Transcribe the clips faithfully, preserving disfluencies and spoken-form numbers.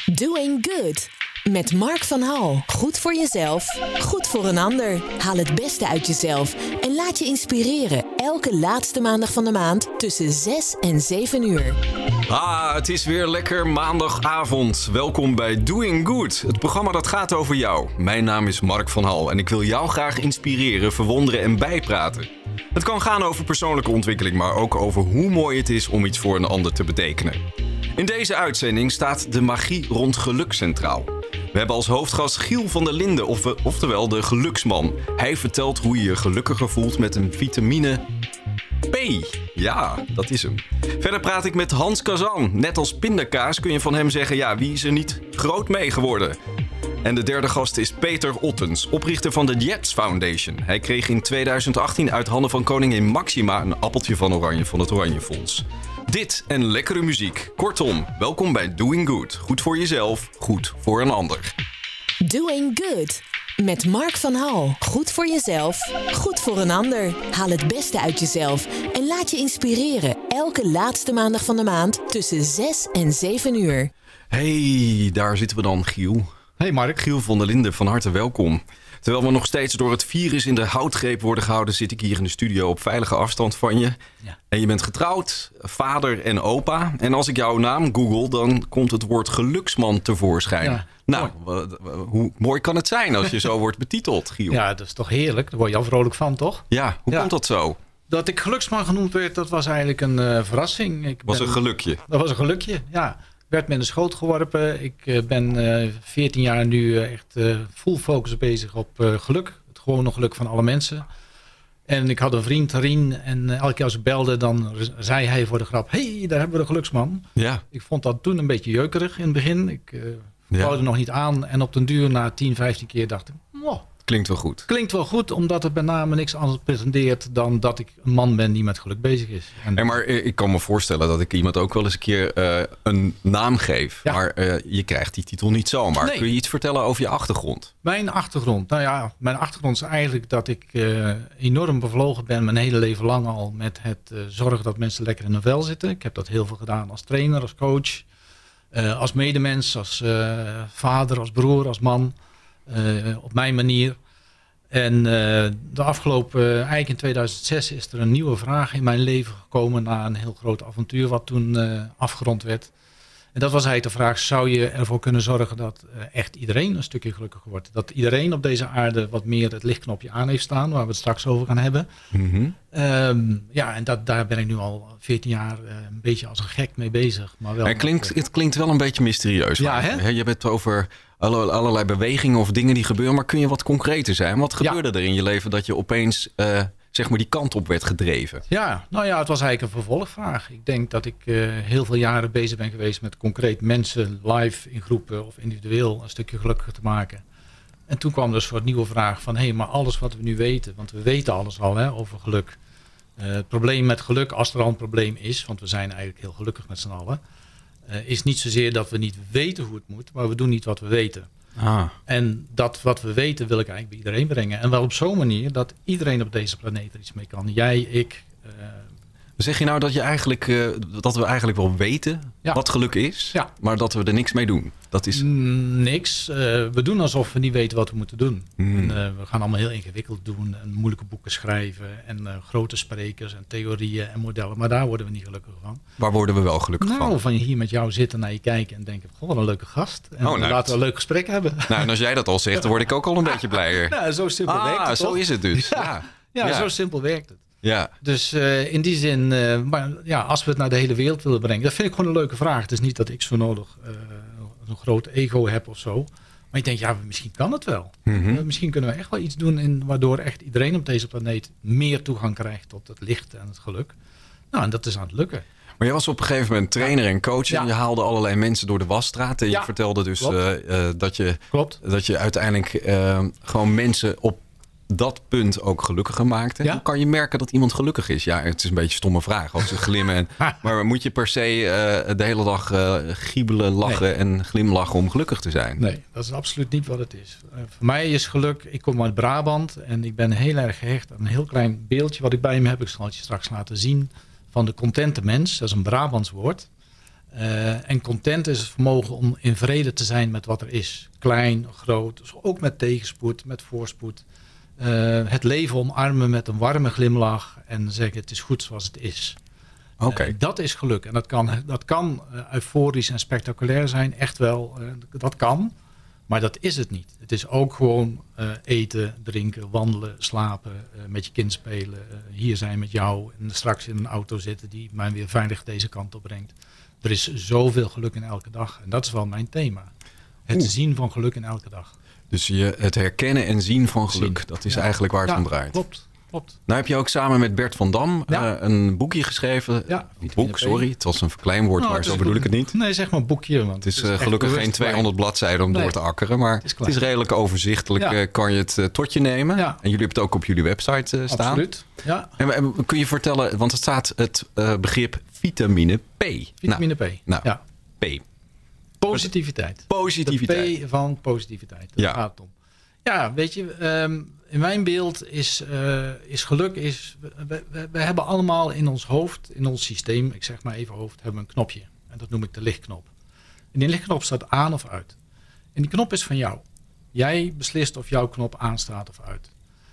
Doing Good. Met Mark van Hal. Goed voor jezelf, goed voor een ander. Haal het beste uit jezelf en laat je inspireren. Elke laatste maandag van de maand tussen zes en zeven uur. Ah, het is weer lekker maandagavond. Welkom bij Doing Good, het programma dat gaat over jou. Mijn naam is Mark van Hal en ik wil jou graag inspireren, verwonderen en bijpraten. Het kan gaan over persoonlijke ontwikkeling, maar ook over hoe mooi het is om iets voor een ander te betekenen. In deze uitzending staat de magie rond geluk centraal. We hebben als hoofdgast Giel van der Linden, of, oftewel de geluksman. Hij vertelt hoe je je gelukkiger voelt met een vitamine P. Ja, dat is hem. Verder praat ik met Hans Kazan. Net als pindakaas kun je van hem zeggen, ja, wie is er niet groot mee geworden? En de derde gast is Peter Ottens, oprichter van de Jets Foundation. Hij kreeg in tweeduizend achttien uit handen van koningin Maxima een appeltje van oranje van het Oranje Fonds. Dit en lekkere muziek. Kortom, welkom bij Doing Good. Goed voor jezelf, goed voor een ander. Doing Good. Met Mark van Hal. Goed voor jezelf, goed voor een ander. Haal het beste uit jezelf en laat je inspireren. Elke laatste maandag van de maand tussen zes en zeven uur. Hey, daar zitten we dan, Giel. Hey Mark. Giel van der Linden, van harte welkom. Terwijl we nog steeds door het virus in de houtgreep worden gehouden, zit ik hier in de studio op veilige afstand van je. Ja. En je bent getrouwd, vader en opa. En als ik jouw naam google, dan komt het woord geluksman tevoorschijn. Ja, nou, mooi. W- w- hoe mooi kan het zijn als je zo wordt betiteld, Giel? Ja, dat is toch heerlijk. Daar word je al vrolijk van, toch? Ja, hoe ja. komt dat zo? Dat ik geluksman genoemd werd, dat was eigenlijk een uh, verrassing. Ik was ben, een gelukje? Dat was een gelukje, ja. Ik werd me in de schoot geworpen. Ik uh, ben uh, veertien jaar nu uh, echt uh, full focus bezig op uh, geluk. Het gewone geluk van alle mensen. En ik had een vriend, Rien. En uh, elke keer als ik belde, dan zei hij voor de grap, hey, daar hebben we de geluksman. Ja. Ik vond dat toen een beetje jeukerig in het begin. Ik uh, bouwde ja. nog niet aan. En op den duur, na tien, vijftien keer, dacht ik, oh, klinkt wel goed. Klinkt wel goed, omdat het bij name niks anders presenteert dan dat ik een man ben die met geluk bezig is. En en maar ik kan me voorstellen dat ik iemand ook wel eens een keer uh, een naam geef. Ja. Maar uh, je krijgt die titel niet zomaar. Nee. Kun je iets vertellen over je achtergrond? Mijn achtergrond? Nou ja, mijn achtergrond is eigenlijk dat ik uh, enorm bevlogen ben mijn hele leven lang al met het uh, zorgen dat mensen lekker in hun vel zitten. Ik heb dat heel veel gedaan als trainer, als coach, uh, als medemens, als uh, vader, als broer, als man. Uh, op mijn manier. En uh, de afgelopen, uh, eigenlijk in tweeduizend zes is er een nieuwe vraag in mijn leven gekomen na een heel groot avontuur wat toen uh, afgerond werd. En dat was eigenlijk de vraag, zou je ervoor kunnen zorgen dat uh, echt iedereen een stukje gelukkiger wordt? Dat iedereen op deze aarde wat meer het lichtknopje aan heeft staan, waar we het straks over gaan hebben. Mm-hmm. Um, ja, en dat, daar ben ik nu al veertien jaar uh, een beetje als een gek mee bezig. Maar wel het, klinkt, met, het klinkt wel een beetje mysterieus. Ja, hè? Je hebt het over allerlei bewegingen of dingen die gebeuren, maar kun je wat concreter zijn? Wat gebeurde ja. er in je leven dat je opeens uh, zeg maar die kant op werd gedreven? Ja, nou ja, het was eigenlijk een vervolgvraag. Ik denk dat ik uh, heel veel jaren bezig ben geweest met concreet mensen live in groepen of individueel een stukje gelukkiger te maken. En toen kwam er een soort nieuwe vraag van, hé, hey, maar alles wat we nu weten, want we weten alles al hè, over geluk. Uh, het probleem met geluk, als er al een probleem is, want we zijn eigenlijk heel gelukkig met z'n allen, Uh, is niet zozeer dat we niet weten hoe het moet, maar we doen niet wat we weten. Ah. En dat wat we weten wil ik eigenlijk bij iedereen brengen. En wel op zo'n manier dat iedereen op deze planeet er iets mee kan. Jij, ik. Uh... Zeg je nou dat, je eigenlijk, uh, dat we eigenlijk wel weten ja. wat geluk is, ja. maar dat we er niks mee doen? Dat is... Mm, niks. Uh, we doen alsof we niet weten wat we moeten doen. Mm. En, uh, we gaan allemaal heel ingewikkeld doen en moeilijke boeken schrijven en uh, grote sprekers en theorieën en modellen. Maar daar worden we niet gelukkig van. Waar worden we wel gelukkig nou, van? Nou, van hier met jou zitten, naar je kijken en denken, goh, wat een leuke gast. En oh, nou, laten we een leuk gesprek hebben. Nou, en als jij dat al zegt, dan word ik ook al een beetje blijer. Nou, zo simpel ah, werkt het zo toch? is het dus. Ja, ja, ja, ja. zo simpel werkt het. Ja. Dus uh, in die zin, uh, maar ja, als we het naar de hele wereld willen brengen, dat vind ik gewoon een leuke vraag. Het is niet dat ik zo nodig uh, een groot ego heb of zo. Maar ik denk, ja, misschien kan het wel. Mm-hmm. Uh, misschien kunnen we echt wel iets doen in, waardoor echt iedereen op deze planeet meer toegang krijgt tot het licht en het geluk. Nou, en dat is aan het lukken. Maar je was op een gegeven moment trainer en coach. Ja. En je haalde allerlei mensen door de wasstraat. En je ja. vertelde dus uh, uh, dat, je, Klopt. dat je uiteindelijk uh, gewoon mensen op dat punt ook gelukkiger maakte. Ja? Hoe kan je merken dat iemand gelukkig is? Ja, het is een beetje een stomme vraag. Als ze glimmen en, maar moet je per se uh, de hele dag uh, giebelen, lachen nee. en glimlachen om gelukkig te zijn? Nee, dat is absoluut niet wat het is. Uh, voor mij is geluk, ik kom uit Brabant en ik ben heel erg gehecht aan een heel klein beeldje wat ik bij me heb. Ik zal het je straks laten zien. Van de contente mens, dat is een Brabants woord. Uh, en content is het vermogen om in vrede te zijn met wat er is. Klein, groot, dus ook met tegenspoed, met voorspoed. Uh, het leven omarmen met een warme glimlach en zeggen het is goed zoals het is. Oké. Okay. Uh, dat is geluk. En dat kan, dat kan uh, euforisch en spectaculair zijn. Echt wel, uh, dat kan. Maar dat is het niet. Het is ook gewoon uh, eten, drinken, wandelen, slapen, uh, met je kind spelen. Uh, hier zijn met jou en straks in een auto zitten die mij weer veilig deze kant op brengt. Er is zoveel geluk in elke dag. En dat is wel mijn thema. Het Oeh. zien van geluk in elke dag. Dus je, het herkennen en zien van geluk. Zien. Dat is ja. eigenlijk waar het ja, om draait. Klopt. Klopt. Nou heb je ook samen met Bert van Dam ja. uh, een boekje geschreven. Ja, Niet boek, sorry. Het was een verkleinwoord, nou, maar zo bedoel ik het niet. Nee, zeg maar boekje. Want het is, het is uh, gelukkig geen tweehonderd bladzijden om nee. door te akkeren. Maar het is, het is redelijk overzichtelijk. Ja. Uh, kan je het uh, tot je nemen. Ja. En jullie hebben het ook op jullie website uh, staan. Absoluut. Ja. En, en kun je vertellen, want er staat het uh, begrip vitamine P. Vitamine nou, P. Nou, ja. P. Positiviteit. Positiviteit. De P van positiviteit. Daar ja. gaat het om. Ja, weet je... Um, in mijn beeld is, uh, is geluk... Is, we, we, we hebben allemaal in ons hoofd, in ons systeem... ik zeg maar even hoofd, hebben we een knopje. En dat noem ik de lichtknop. En die lichtknop staat aan of uit. En die knop is van jou. Jij beslist of jouw knop aanstaat of uit.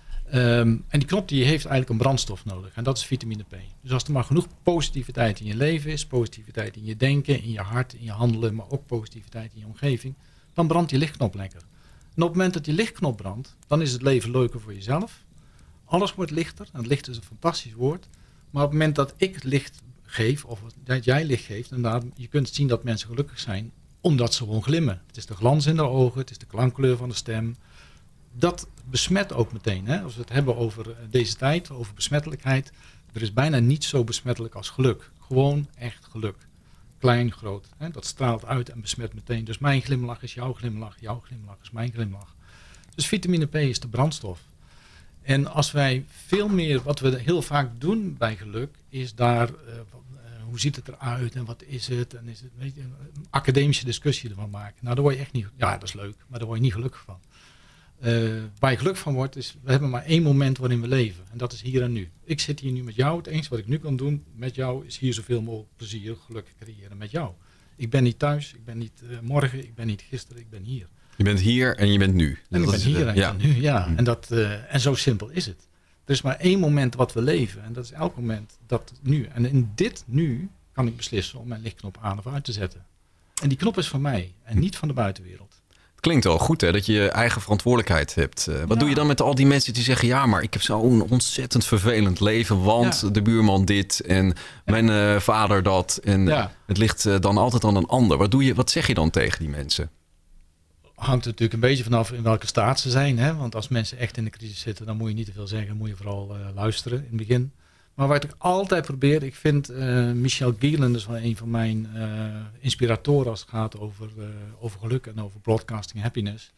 Um, en die knop die heeft eigenlijk een brandstof nodig. En dat is vitamine P. Dus als er maar genoeg positiviteit in je leven is... positiviteit in je denken, in je hart, in je handelen... maar ook positiviteit in je omgeving... dan brandt die lichtknop lekker. En op het moment dat die lichtknop brandt, dan is het leven leuker voor jezelf. Alles wordt lichter. En licht is een fantastisch woord. Maar op het moment dat ik licht geef, of dat jij licht geeft, inderdaad, je kunt zien dat mensen gelukkig zijn, omdat ze gewoon glimmen. Het is de glans in de ogen, het is de klankkleur van de stem. Dat besmet ook meteen. Hè? Als we het hebben over deze tijd, over besmettelijkheid. Er is bijna niets zo besmettelijk als geluk. Gewoon echt geluk. Klein, groot. Hè? Dat straalt uit en besmet meteen. Dus mijn glimlach is jouw glimlach. Jouw glimlach is mijn glimlach. Dus vitamine P is de brandstof. En als wij veel meer, wat we heel vaak doen bij geluk, is daar, uh, uh, hoe ziet het eruit en wat is het? En is het weet je, een academische discussie ervan maken. Nou, daar word je echt niet, ja, dat is leuk, maar daar word je niet gelukkig van. Uh, waar je gelukkig van wordt, is, we hebben maar één moment waarin we leven. En dat is hier en nu. Ik zit hier nu met jou. Het enige wat ik nu kan doen met jou, is hier zoveel mogelijk plezier, geluk creëren met jou. Ik ben niet thuis, ik ben niet uh, morgen, ik ben niet gisteren, ik ben hier. Je bent hier en je bent nu. En dat ik ben is, hier en ja. ik ben nu, ja. En, dat, uh, en zo simpel is het. Er is maar één moment wat we leven. En dat is elk moment dat nu. En in dit nu kan ik beslissen om mijn lichtknop aan of uit te zetten. En die knop is van mij en niet van de buitenwereld. Het klinkt wel goed hè, dat je je eigen verantwoordelijkheid hebt. Uh, wat ja. doe je dan met al die mensen die zeggen, ja, maar ik heb zo'n ontzettend vervelend leven, want ja. de buurman dit en ja. mijn uh, vader dat. En ja. het ligt uh, dan altijd aan een ander. Wat, doe je, wat zeg je dan tegen die mensen? Hangt er natuurlijk een beetje vanaf in welke staat ze zijn. Hè? Want als mensen echt in de crisis zitten, dan moet je niet te veel zeggen. Moet je vooral uh, luisteren in het begin. Maar wat ik altijd probeer, ik vind uh, Michel Gieland is wel een van mijn uh, inspiratoren als het gaat over, uh, over geluk en over broadcasting happiness.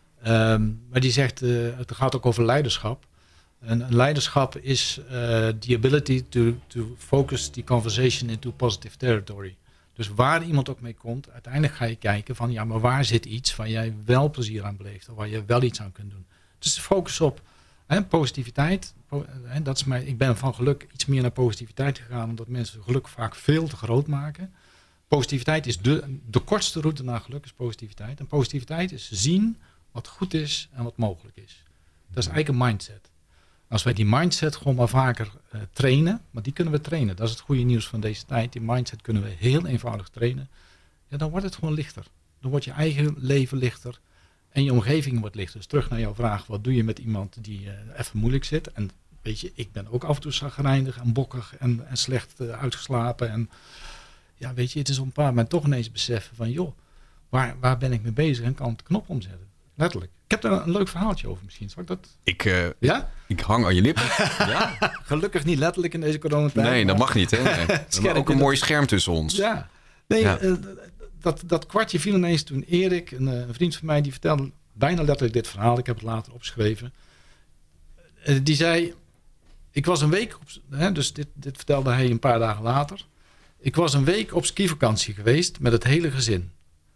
Um, maar die zegt, uh, het gaat ook over leiderschap. En, en leiderschap is uh, the ability to, to focus the conversation into positive territory. Dus waar iemand ook mee komt, uiteindelijk ga je kijken van ja, maar waar zit iets waar jij wel plezier aan beleeft of waar je wel iets aan kunt doen. Dus focus op hè, positiviteit. Po- hè, dat is mijn, ik ben van geluk iets meer naar positiviteit gegaan, omdat mensen geluk vaak veel te groot maken. Positiviteit is de, de kortste route naar geluk is positiviteit. En positiviteit is zien wat goed is en wat mogelijk is. Dat is eigenlijk een mindset. Als wij die mindset gewoon maar vaker uh, trainen, maar die kunnen we trainen. Dat is het goede nieuws van deze tijd. Die mindset kunnen we heel eenvoudig trainen. Ja, dan wordt het gewoon lichter. Dan wordt je eigen leven lichter en je omgeving wordt lichter. Dus terug naar jouw vraag, wat doe je met iemand die uh, even moeilijk zit? En weet je, ik ben ook af en toe chagrijnig en bokkig en, en slecht uh, uitgeslapen. En ja, weet je, het is op een paar moment toch ineens beseffen van joh, waar, waar ben ik mee bezig en kan ik de knop omzetten? Letterlijk. Ik heb daar een leuk verhaaltje over misschien. Zal ik dat? Ik, uh, ja? ik hang aan je lippen. Ja? Gelukkig niet letterlijk in deze coronatijd. Nee, dat mag niet. Hè? Nee. Er is ook een mooi scherm tussen ons. Ja. Nee, ja. Uh, dat, dat kwartje viel ineens toen Erik, een, een vriend van mij, die vertelde bijna letterlijk dit verhaal. Ik heb het later opgeschreven. Uh, die zei, ik was een week, op, hè, dus dit, dit vertelde hij een paar dagen later. Ik was een week op skivakantie geweest met het hele gezin.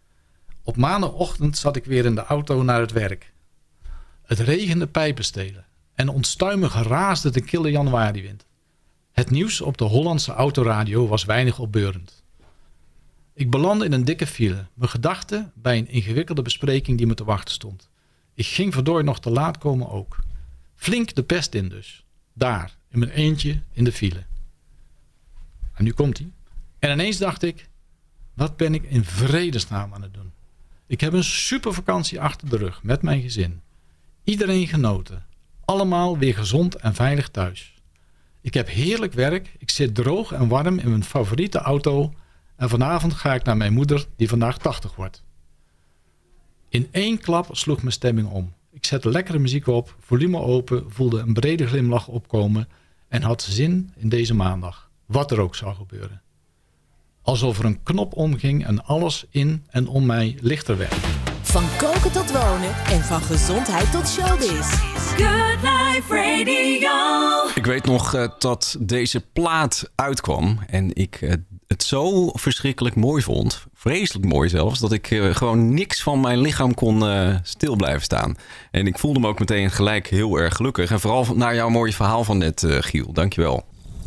Op maandagochtend zat ik weer in de auto naar het werk. Het regende pijpenstelen en onstuimig raasde de kille januariwind. Het nieuws op de Hollandse autoradio was weinig opbeurend. Ik belandde in een dikke file. Mijn gedachten bij een ingewikkelde bespreking die me te wachten stond. Ik ging verdorie nog te laat komen ook. Flink de pest in dus. Daar, in mijn eentje, in de file. En nu komt hij. En ineens dacht ik, wat ben ik in vredesnaam aan het doen? Ik heb een super vakantie achter de rug met mijn gezin. Iedereen genoten. Allemaal weer gezond en veilig thuis. Ik heb heerlijk werk. Ik zit droog en warm in mijn favoriete auto. En vanavond ga ik naar mijn moeder die vandaag tachtig wordt. In één klap sloeg mijn stemming om. Ik zette lekkere muziek op, volume open, voelde een brede glimlach opkomen en had zin in deze maandag. Wat er ook zou gebeuren. Alsof er een knop omging en alles in en om mij lichter werd. Van koken tot wonen en van gezondheid tot showbiz. Good Life Radio. Ik weet nog uh, dat deze plaat uitkwam en ik uh, het zo verschrikkelijk mooi vond. Vreselijk mooi zelfs, dat ik uh, gewoon niks van mijn lichaam kon uh, stil blijven staan. En ik voelde me ook meteen gelijk heel erg gelukkig. En vooral naar jouw mooie verhaal van net, uh, Giel. Dankjewel.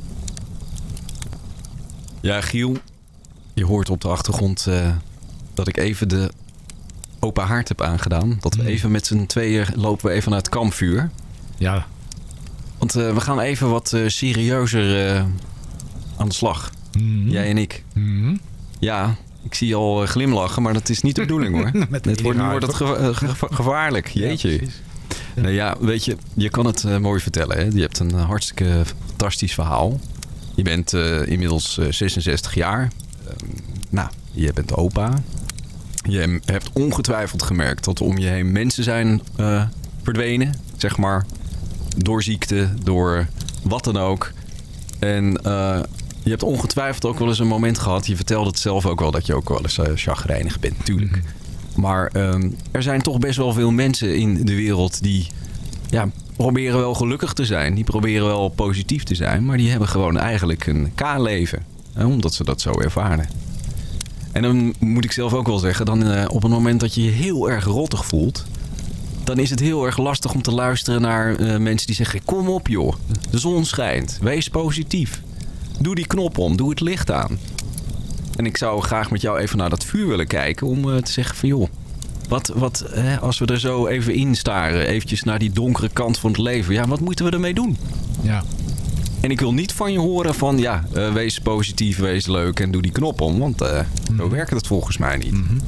Ja, Giel, je hoort op de achtergrond uh, dat ik even de open haard heb aangedaan. Dat we even met z'n tweeën lopen we even naar het kampvuur. Ja. Want uh, we gaan even wat uh, serieuzer uh, aan de slag. Mm-hmm. Jij en ik. Mm-hmm. Ja, ik zie je al uh, glimlachen, maar dat is niet de bedoeling hoor. Het wordt, nu wordt het ge- uh, ge- gevaarlijk. Jeetje. Ja, ja. Nou ja, weet je, je kan het uh, mooi vertellen. Hè? Je hebt een uh, hartstikke fantastisch verhaal. Je bent uh, inmiddels uh, zesenzestig jaar. Uh, nou, je bent opa. Je hebt ongetwijfeld gemerkt dat er om je heen mensen zijn uh, verdwenen. Zeg maar door ziekte, door wat dan ook. En uh, je hebt ongetwijfeld ook wel eens een moment gehad. Je vertelde het zelf ook wel dat je ook wel eens uh, chagrijnig bent natuurlijk. Mm-hmm. Maar um, er zijn toch best wel veel mensen in de wereld die ja, proberen wel gelukkig te zijn. Die proberen wel positief te zijn. Maar die hebben gewoon eigenlijk een K-leven. Hè, omdat ze dat zo ervaren. En dan moet ik zelf ook wel zeggen, dan uh, op het moment dat je je heel erg rottig voelt, dan is het heel erg lastig om te luisteren naar uh, mensen die zeggen, kom op joh, de zon schijnt, wees positief. Doe die knop om, doe het licht aan. En ik zou graag met jou even naar dat vuur willen kijken om uh, te zeggen van joh, wat, wat hè, als we er zo even in staren, eventjes naar die donkere kant van het leven, ja, wat moeten we ermee doen? Ja. En ik wil niet van je horen van, ja, uh, wees positief, wees leuk en doe die knop om. Want uh, mm-hmm. zo werkt het volgens mij niet. Mm-hmm.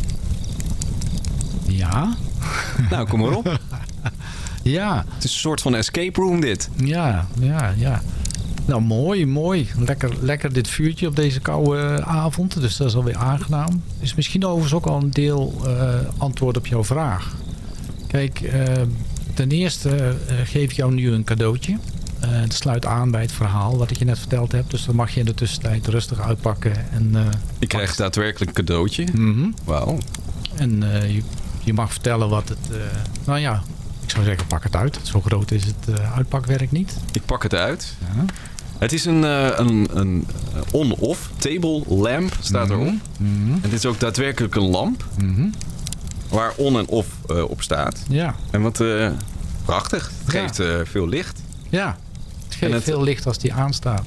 Ja. Nou, kom maar op. Ja. Het is een soort van escape room dit. Ja, ja, ja. Nou, mooi, mooi. Lekker, lekker dit vuurtje op deze koude avond. Dus dat is alweer aangenaam. Is misschien overigens ook al een deel uh, antwoord op jouw vraag. Kijk, uh, ten eerste uh, geef ik jou nu een cadeautje. Uh, het sluit aan bij het verhaal wat ik je net verteld heb. Dus dat mag je in de tussentijd rustig uitpakken. En, uh, ik krijg pak... daadwerkelijk een cadeautje. Mm-hmm. Wauw. En uh, je, je mag vertellen wat het... Uh, nou ja, ik zou zeggen pak het uit. Zo groot is het uh, uitpakwerk niet. Ik pak het uit. Ja. Het is een, uh, een, een on-off table lamp, staat mm-hmm. erop. Mm-hmm. En dit is ook daadwerkelijk een lamp. Mm-hmm. Waar on en off uh, op staat. Ja. En wat uh, prachtig. Het ja. geeft uh, veel licht. Ja, het geeft het... veel licht als die aanstaat.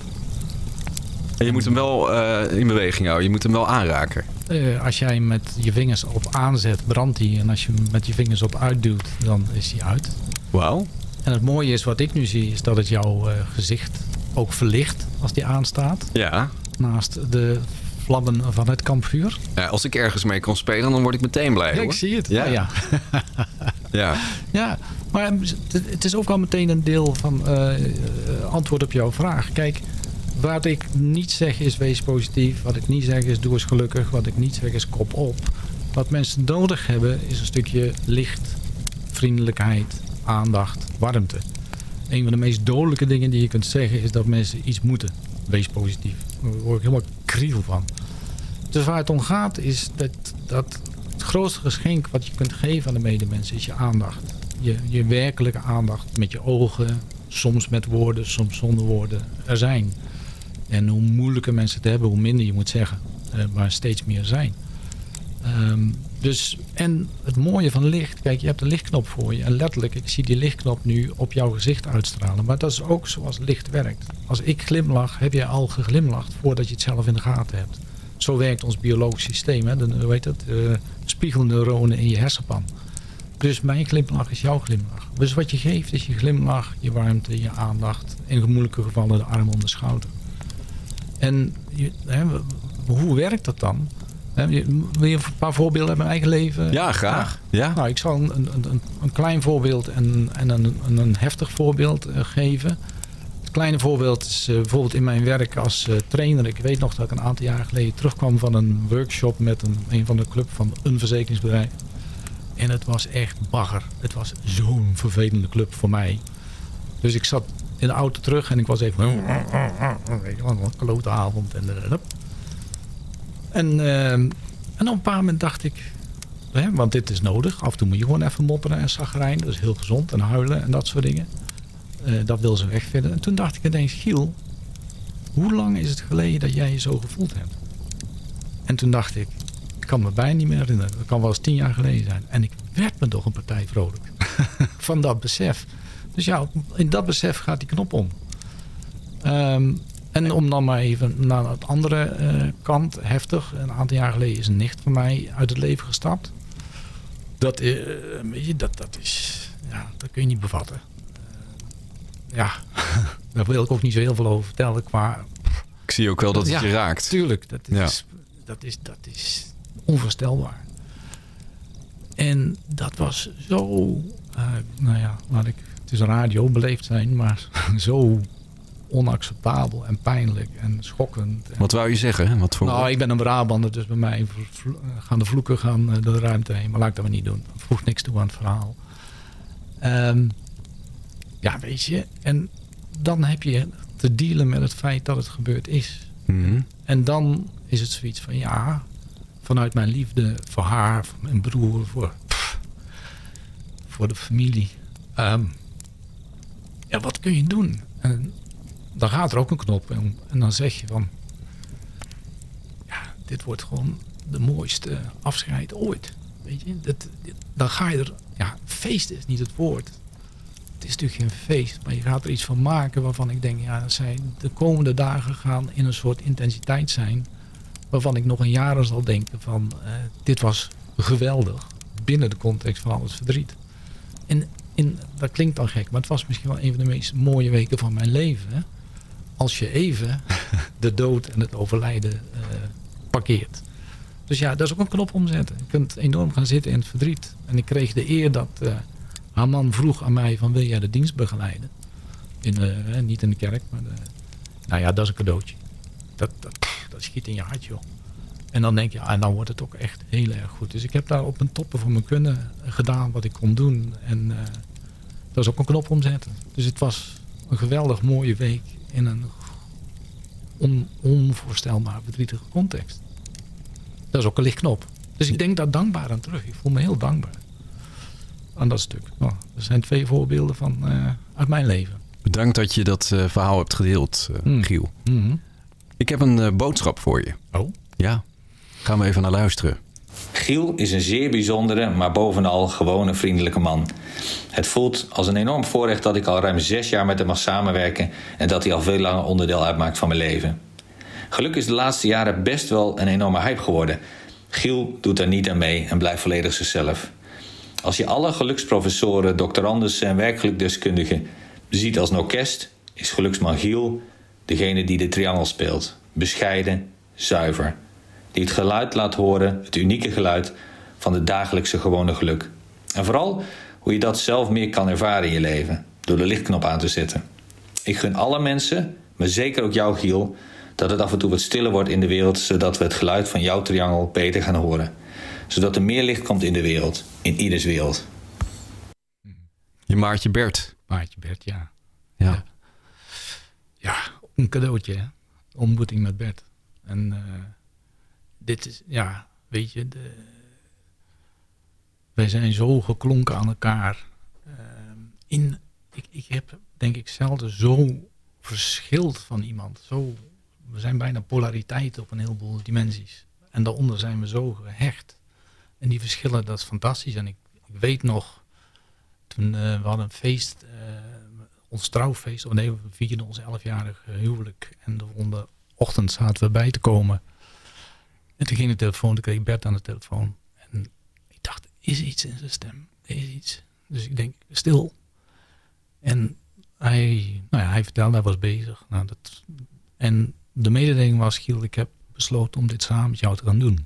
En je moet hem wel uh, in beweging houden. Je moet hem wel aanraken. Uh, als jij hem met je vingers op aanzet, brandt hij. En als je hem met je vingers op uitduwt, dan is hij uit. Wauw. En het mooie is, wat ik nu zie, is dat het jouw uh, gezicht ook verlicht als die aanstaat. Ja. Naast de vlammen van het kampvuur. Ja, als ik ergens mee kan spelen, dan word ik meteen blij. Ja, hoor. ik zie het. Ja. Oh, ja. ja. Ja, maar het is ook al meteen een deel van uh, antwoord op jouw vraag. Kijk, wat ik niet zeg is wees positief. Wat ik niet zeg is doe eens gelukkig. Wat ik niet zeg is kop op. Wat mensen nodig hebben is een stukje licht, vriendelijkheid, aandacht, warmte. Een van de meest dodelijke dingen die je kunt zeggen is dat mensen iets moeten. Wees positief. Daar word ik helemaal kriel van. Dus waar het om gaat is dat, dat het grootste geschenk wat je kunt geven aan de medemens is je aandacht. Je, je werkelijke aandacht met je ogen, soms met woorden, soms zonder woorden, er zijn. En hoe moeilijker mensen het hebben, hoe minder je moet zeggen. Uh, maar steeds meer zijn. Um, dus, en het mooie van licht, kijk, je hebt een lichtknop voor je. En letterlijk, ik zie die lichtknop nu op jouw gezicht uitstralen. Maar dat is ook zoals licht werkt. Als ik glimlach, heb jij al geglimlacht voordat je het zelf in de gaten hebt. zo werkt ons biologisch systeem. Hè? De, hoe heet dat? De spiegelneuronen in je hersenpan. Dus mijn glimlach is jouw glimlach. Dus wat je geeft is je glimlach, je warmte, je aandacht. In moeilijke gevallen de arm om de schouder. En je, hè, hoe werkt dat dan? Hè, wil je een paar voorbeelden uit mijn eigen leven? Ja, graag. Ja. Nou, ik zal een, een, een klein voorbeeld en, en een, een heftig voorbeeld uh, geven. Het kleine voorbeeld is uh, bijvoorbeeld in mijn werk als uh, trainer. Ik weet nog dat ik een aantal jaar geleden terugkwam van een workshop met een, een van de club van een verzekeringsbedrijf. En het was echt bagger. Het was zo'n vervelende club voor mij. Dus ik zat in de auto terug en ik was even... Weet je wel, een klote avond. En, en, uh, en op een paar moment dacht ik... Hè, want dit is nodig. Af en toe moet je gewoon even mopperen en chagrijnen. Dat is heel gezond. En huilen en dat soort dingen. Uh, dat wil ze wegvinden. En toen dacht ik ineens... Giel, hoe lang is het geleden dat jij je zo gevoeld hebt? En toen dacht ik... Ik kan me bijna niet meer herinneren. Dat kan wel eens tien jaar geleden zijn. En ik werd me toch een partij vrolijk. Van dat besef. Dus ja, in dat besef gaat die knop om. Um, en om dan maar even naar het andere uh, kant, heftig. Een aantal jaar geleden is een nicht van mij uit het leven gestapt. Dat, uh, weet je, dat, dat is... Ja, dat kun je niet bevatten. Uh, ja, daar wil ik ook niet zo heel veel over vertellen. Qua, ik zie ook wel dat het ja, je raakt. Tuurlijk, dat is, ja. dat is, dat is onvoorstelbaar. En dat was zo... Uh, nou ja, laat ik... Het is radio, beleefd zijn, maar zo onacceptabel en pijnlijk en schokkend. En, wat wou je zeggen? Wat voor... Nou, ik ben een Brabander, dus bij mij gaan de vloeken gaan door de ruimte heen. Maar laat ik dat maar niet doen. Dat voegt niks toe aan het verhaal. Um, ja, weet je. En dan heb je te dealen met het feit dat het gebeurd is. Mm-hmm. En dan is het zoiets van, ja, vanuit mijn liefde voor haar, voor mijn broer, voor, pff, voor de familie. Um, ja, wat kun je doen? En dan gaat er ook een knop om. En dan zeg je van... Ja, dit wordt gewoon de mooiste afscheid ooit. Weet je? Dat, dit, dan ga je er... Ja, feest is niet het woord. Het is natuurlijk geen feest. Maar je gaat er iets van maken waarvan ik denk... Ja, zijn de komende dagen gaan in een soort intensiteit zijn... waarvan ik nog een jaar zal denken van... Uh, dit was geweldig. Binnen de context van al het verdriet. En... In, dat klinkt dan gek, maar het was misschien wel een van de meest mooie weken van mijn leven. Hè? Als je even de dood en het overlijden uh, parkeert. Dus ja, dat is ook een knop omzetten. Je kunt enorm gaan zitten in het verdriet. En ik kreeg de eer dat uh, haar man vroeg aan mij van wil jij de dienst begeleiden? In de, hè, niet in de kerk, maar de, nou ja, dat is een cadeautje. Dat, dat, dat schiet in je hart, joh. En dan denk je, ah, dan wordt het ook echt heel erg goed. Dus ik heb daar op mijn toppen van mijn kunnen gedaan wat ik kon doen. En uh, dat is ook een knop omzetten. Dus het was een geweldig mooie week in een on, onvoorstelbaar verdrietige context. Dat is ook een lichtknop. Dus ik denk daar dankbaar aan terug. Ik voel me heel dankbaar aan dat stuk. Nou, er zijn twee voorbeelden van uh, uit mijn leven. Bedankt dat je dat uh, verhaal hebt gedeeld, uh, mm. Giel. Mm-hmm. Ik heb een uh, boodschap voor je. Oh? Ja, gaan we even naar luisteren. Giel is een zeer bijzondere, maar bovenal gewone vriendelijke man. Het voelt als een enorm voorrecht dat ik al ruim zes jaar met hem mag samenwerken... en dat hij al veel langer onderdeel uitmaakt van mijn leven. Gelukkig is de laatste jaren best wel een enorme hype geworden. Giel doet daar niet aan mee en blijft volledig zichzelf. Als je alle geluksprofessoren, doctoranden en werkgelukdeskundigen ziet als een orkest... is geluksman Giel degene die de triangel speelt. Bescheiden, zuiver. Die het geluid laat horen, het unieke geluid van het dagelijkse gewone geluk. En vooral hoe je dat zelf meer kan ervaren in je leven, door de lichtknop aan te zetten. Ik gun alle mensen, maar zeker ook jou Giel, dat het af en toe wat stiller wordt in de wereld, zodat we het geluid van jouw triangel beter gaan horen. Zodat er meer licht komt in de wereld, in ieders wereld. Je Maartje Bert. Maartje Bert, ja. Ja, ja. Ja, een cadeautje, hè? Ontmoeting met Bert. En uh, dit is, ja, weet je, de, wij zijn zo geklonken aan elkaar. Uh, in, ik, ik heb, denk ik, zelden zo verschild van iemand. Zo, we zijn bijna polariteiten op een heleboel dimensies. En daaronder zijn we zo gehecht. En die verschillen, dat is fantastisch. En ik, ik weet nog, toen uh, we hadden een feest... Uh, ons trouwfeest, of nee, we vierden ons elfjarig huwelijk. En de volgende ochtend zaten we bij te komen. En toen ging de telefoon, toen kreeg ik Bert aan de telefoon. En ik dacht, is iets in zijn stem? Er is iets. Dus ik denk, stil. En hij, nou ja, hij vertelde, hij was bezig. Nou, dat, en de mededeling was, Giel, ik heb besloten om dit samen met jou te gaan doen.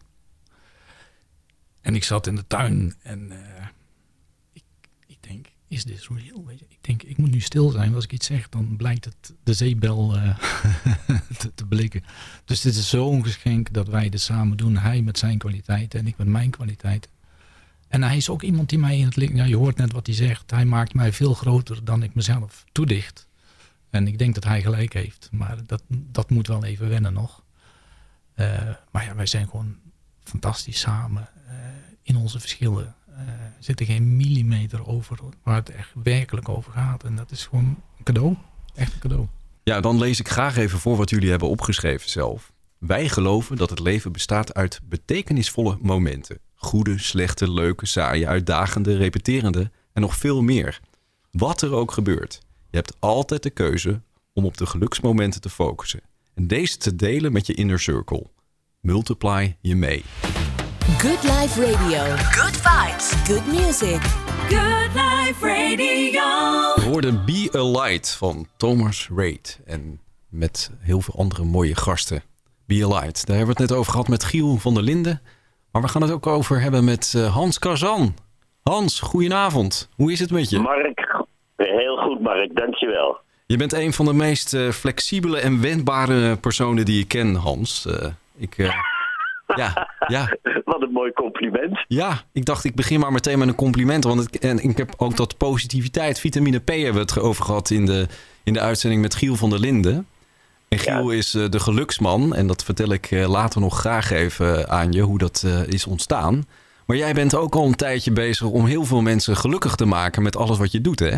En ik zat in de tuin en uh, ik, ik denk, is dit real? Weet je? Ik denk, ik moet nu stil zijn. Als ik iets zeg, dan blijkt het de zeebel uh, te, te blikken. Dus dit is zo'n geschenk dat wij dit samen doen. Hij met zijn kwaliteiten en ik met mijn kwaliteiten. En hij is ook iemand die mij in het licht... Ja, je hoort net wat hij zegt. Hij maakt mij veel groter dan ik mezelf toedicht. En ik denk dat hij gelijk heeft. Maar dat, dat moet wel even wennen nog. Uh, maar ja, wij zijn gewoon fantastisch samen. Uh, in onze verschillen. Uh, zitten geen millimeter over waar het echt werkelijk over gaat. En dat is gewoon een cadeau. Echt een cadeau. Ja, dan lees ik graag even voor wat jullie hebben opgeschreven zelf. Wij geloven dat het leven bestaat uit betekenisvolle momenten. Goede, slechte, leuke, saaie, uitdagende, repeterende en nog veel meer. Wat er ook gebeurt, je hebt altijd de keuze om op de geluksmomenten te focussen. En deze te delen met je inner circle. Multiply je mee. Good Life Radio. Good vibes. Good music. Good Life Radio. We hoorden Be a Light van Thomas Reid. En met heel veel andere mooie gasten. Be a Light. Daar hebben we het net over gehad met Giel van der Linden. Maar we gaan het ook over hebben met uh, Hans Kazan. Hans, goedenavond. Hoe is het met je? Mark, heel goed Mark, dankjewel. Je bent een van de meest uh, flexibele en wendbare personen die ik ken, Hans. Uh, ik, uh, ja, ja. Wat een mooi compliment. Ja, ik dacht ik begin maar meteen met een compliment. Want het, en ik heb ook dat positiviteit, vitamine P hebben we het over gehad in de, in de uitzending met Giel van der Linden. En Giel ja. is uh, de geluksman. En dat vertel ik uh, later nog graag even aan je, hoe dat uh, is ontstaan. Maar jij bent ook al een tijdje bezig om heel veel mensen gelukkig te maken met alles wat je doet, hè?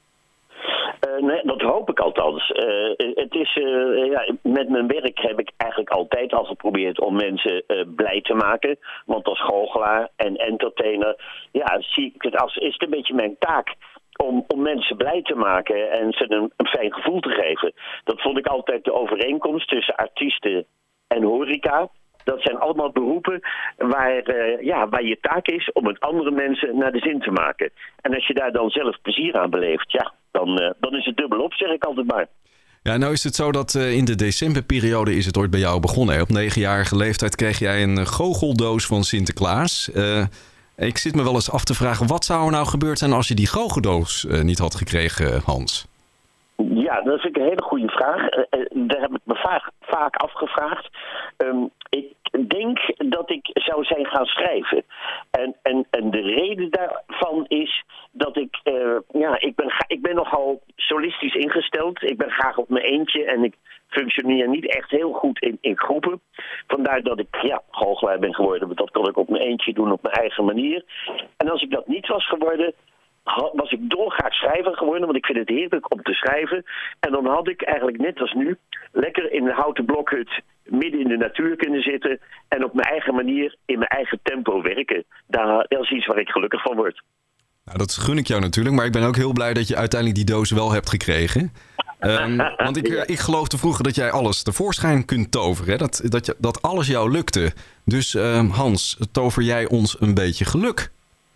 Uh, nee, dat hoop ik althans. Uh, het is, uh, ja, met mijn werk heb ik eigenlijk altijd al geprobeerd om mensen uh, blij te maken. Want als goochelaar en entertainer, ja, zie ik het als, is het een beetje mijn taak om, om mensen blij te maken en ze een, een fijn gevoel te geven. Dat vond ik altijd de overeenkomst tussen artiesten en horeca. Dat zijn allemaal beroepen waar, uh, ja, waar je taak is om het andere mensen naar de zin te maken. En als je daar dan zelf plezier aan beleeft, ja, dan, uh, dan is het dubbelop, zeg ik altijd maar. Ja, nou is het zo dat uh, in de decemberperiode is het ooit bij jou begonnen. Hè? Op negenjarige leeftijd kreeg jij een goocheldoos van Sinterklaas. Uh, ik zit me wel eens af te vragen, wat zou er nou gebeurd zijn als je die goocheldoos uh, niet had gekregen, Hans? Ja, dat is een hele goede vraag. Uh, daar heb ik me vaak, vaak afgevraagd. Um, ik denk dat ik zou zijn gaan schrijven. En, en, en de reden daarvan is dat ik... Uh, ja, ik ben, ik ben nogal solistisch ingesteld. Ik ben graag op mijn eentje en ik functioneer niet echt heel goed in, in groepen. Vandaar dat ik ja, goochelaar ben geworden. Dat kon ik op mijn eentje doen op mijn eigen manier. En als ik dat niet was geworden, was ik dolgraag schrijver geworden, want ik vind het heerlijk om te schrijven. En dan had ik eigenlijk net als nu lekker in een houten blokhut midden in de natuur kunnen zitten en op mijn eigen manier in mijn eigen tempo werken. Daar, dat is iets waar ik gelukkig van word. Nou, dat gun ik jou natuurlijk, maar ik ben ook heel blij dat je uiteindelijk die doos wel hebt gekregen. Um, want ik, ik geloofde vroeger dat jij alles tevoorschijn kunt toveren. Hè? Dat, dat, je, dat alles jou lukte. Dus um, Hans, tover jij ons een beetje geluk?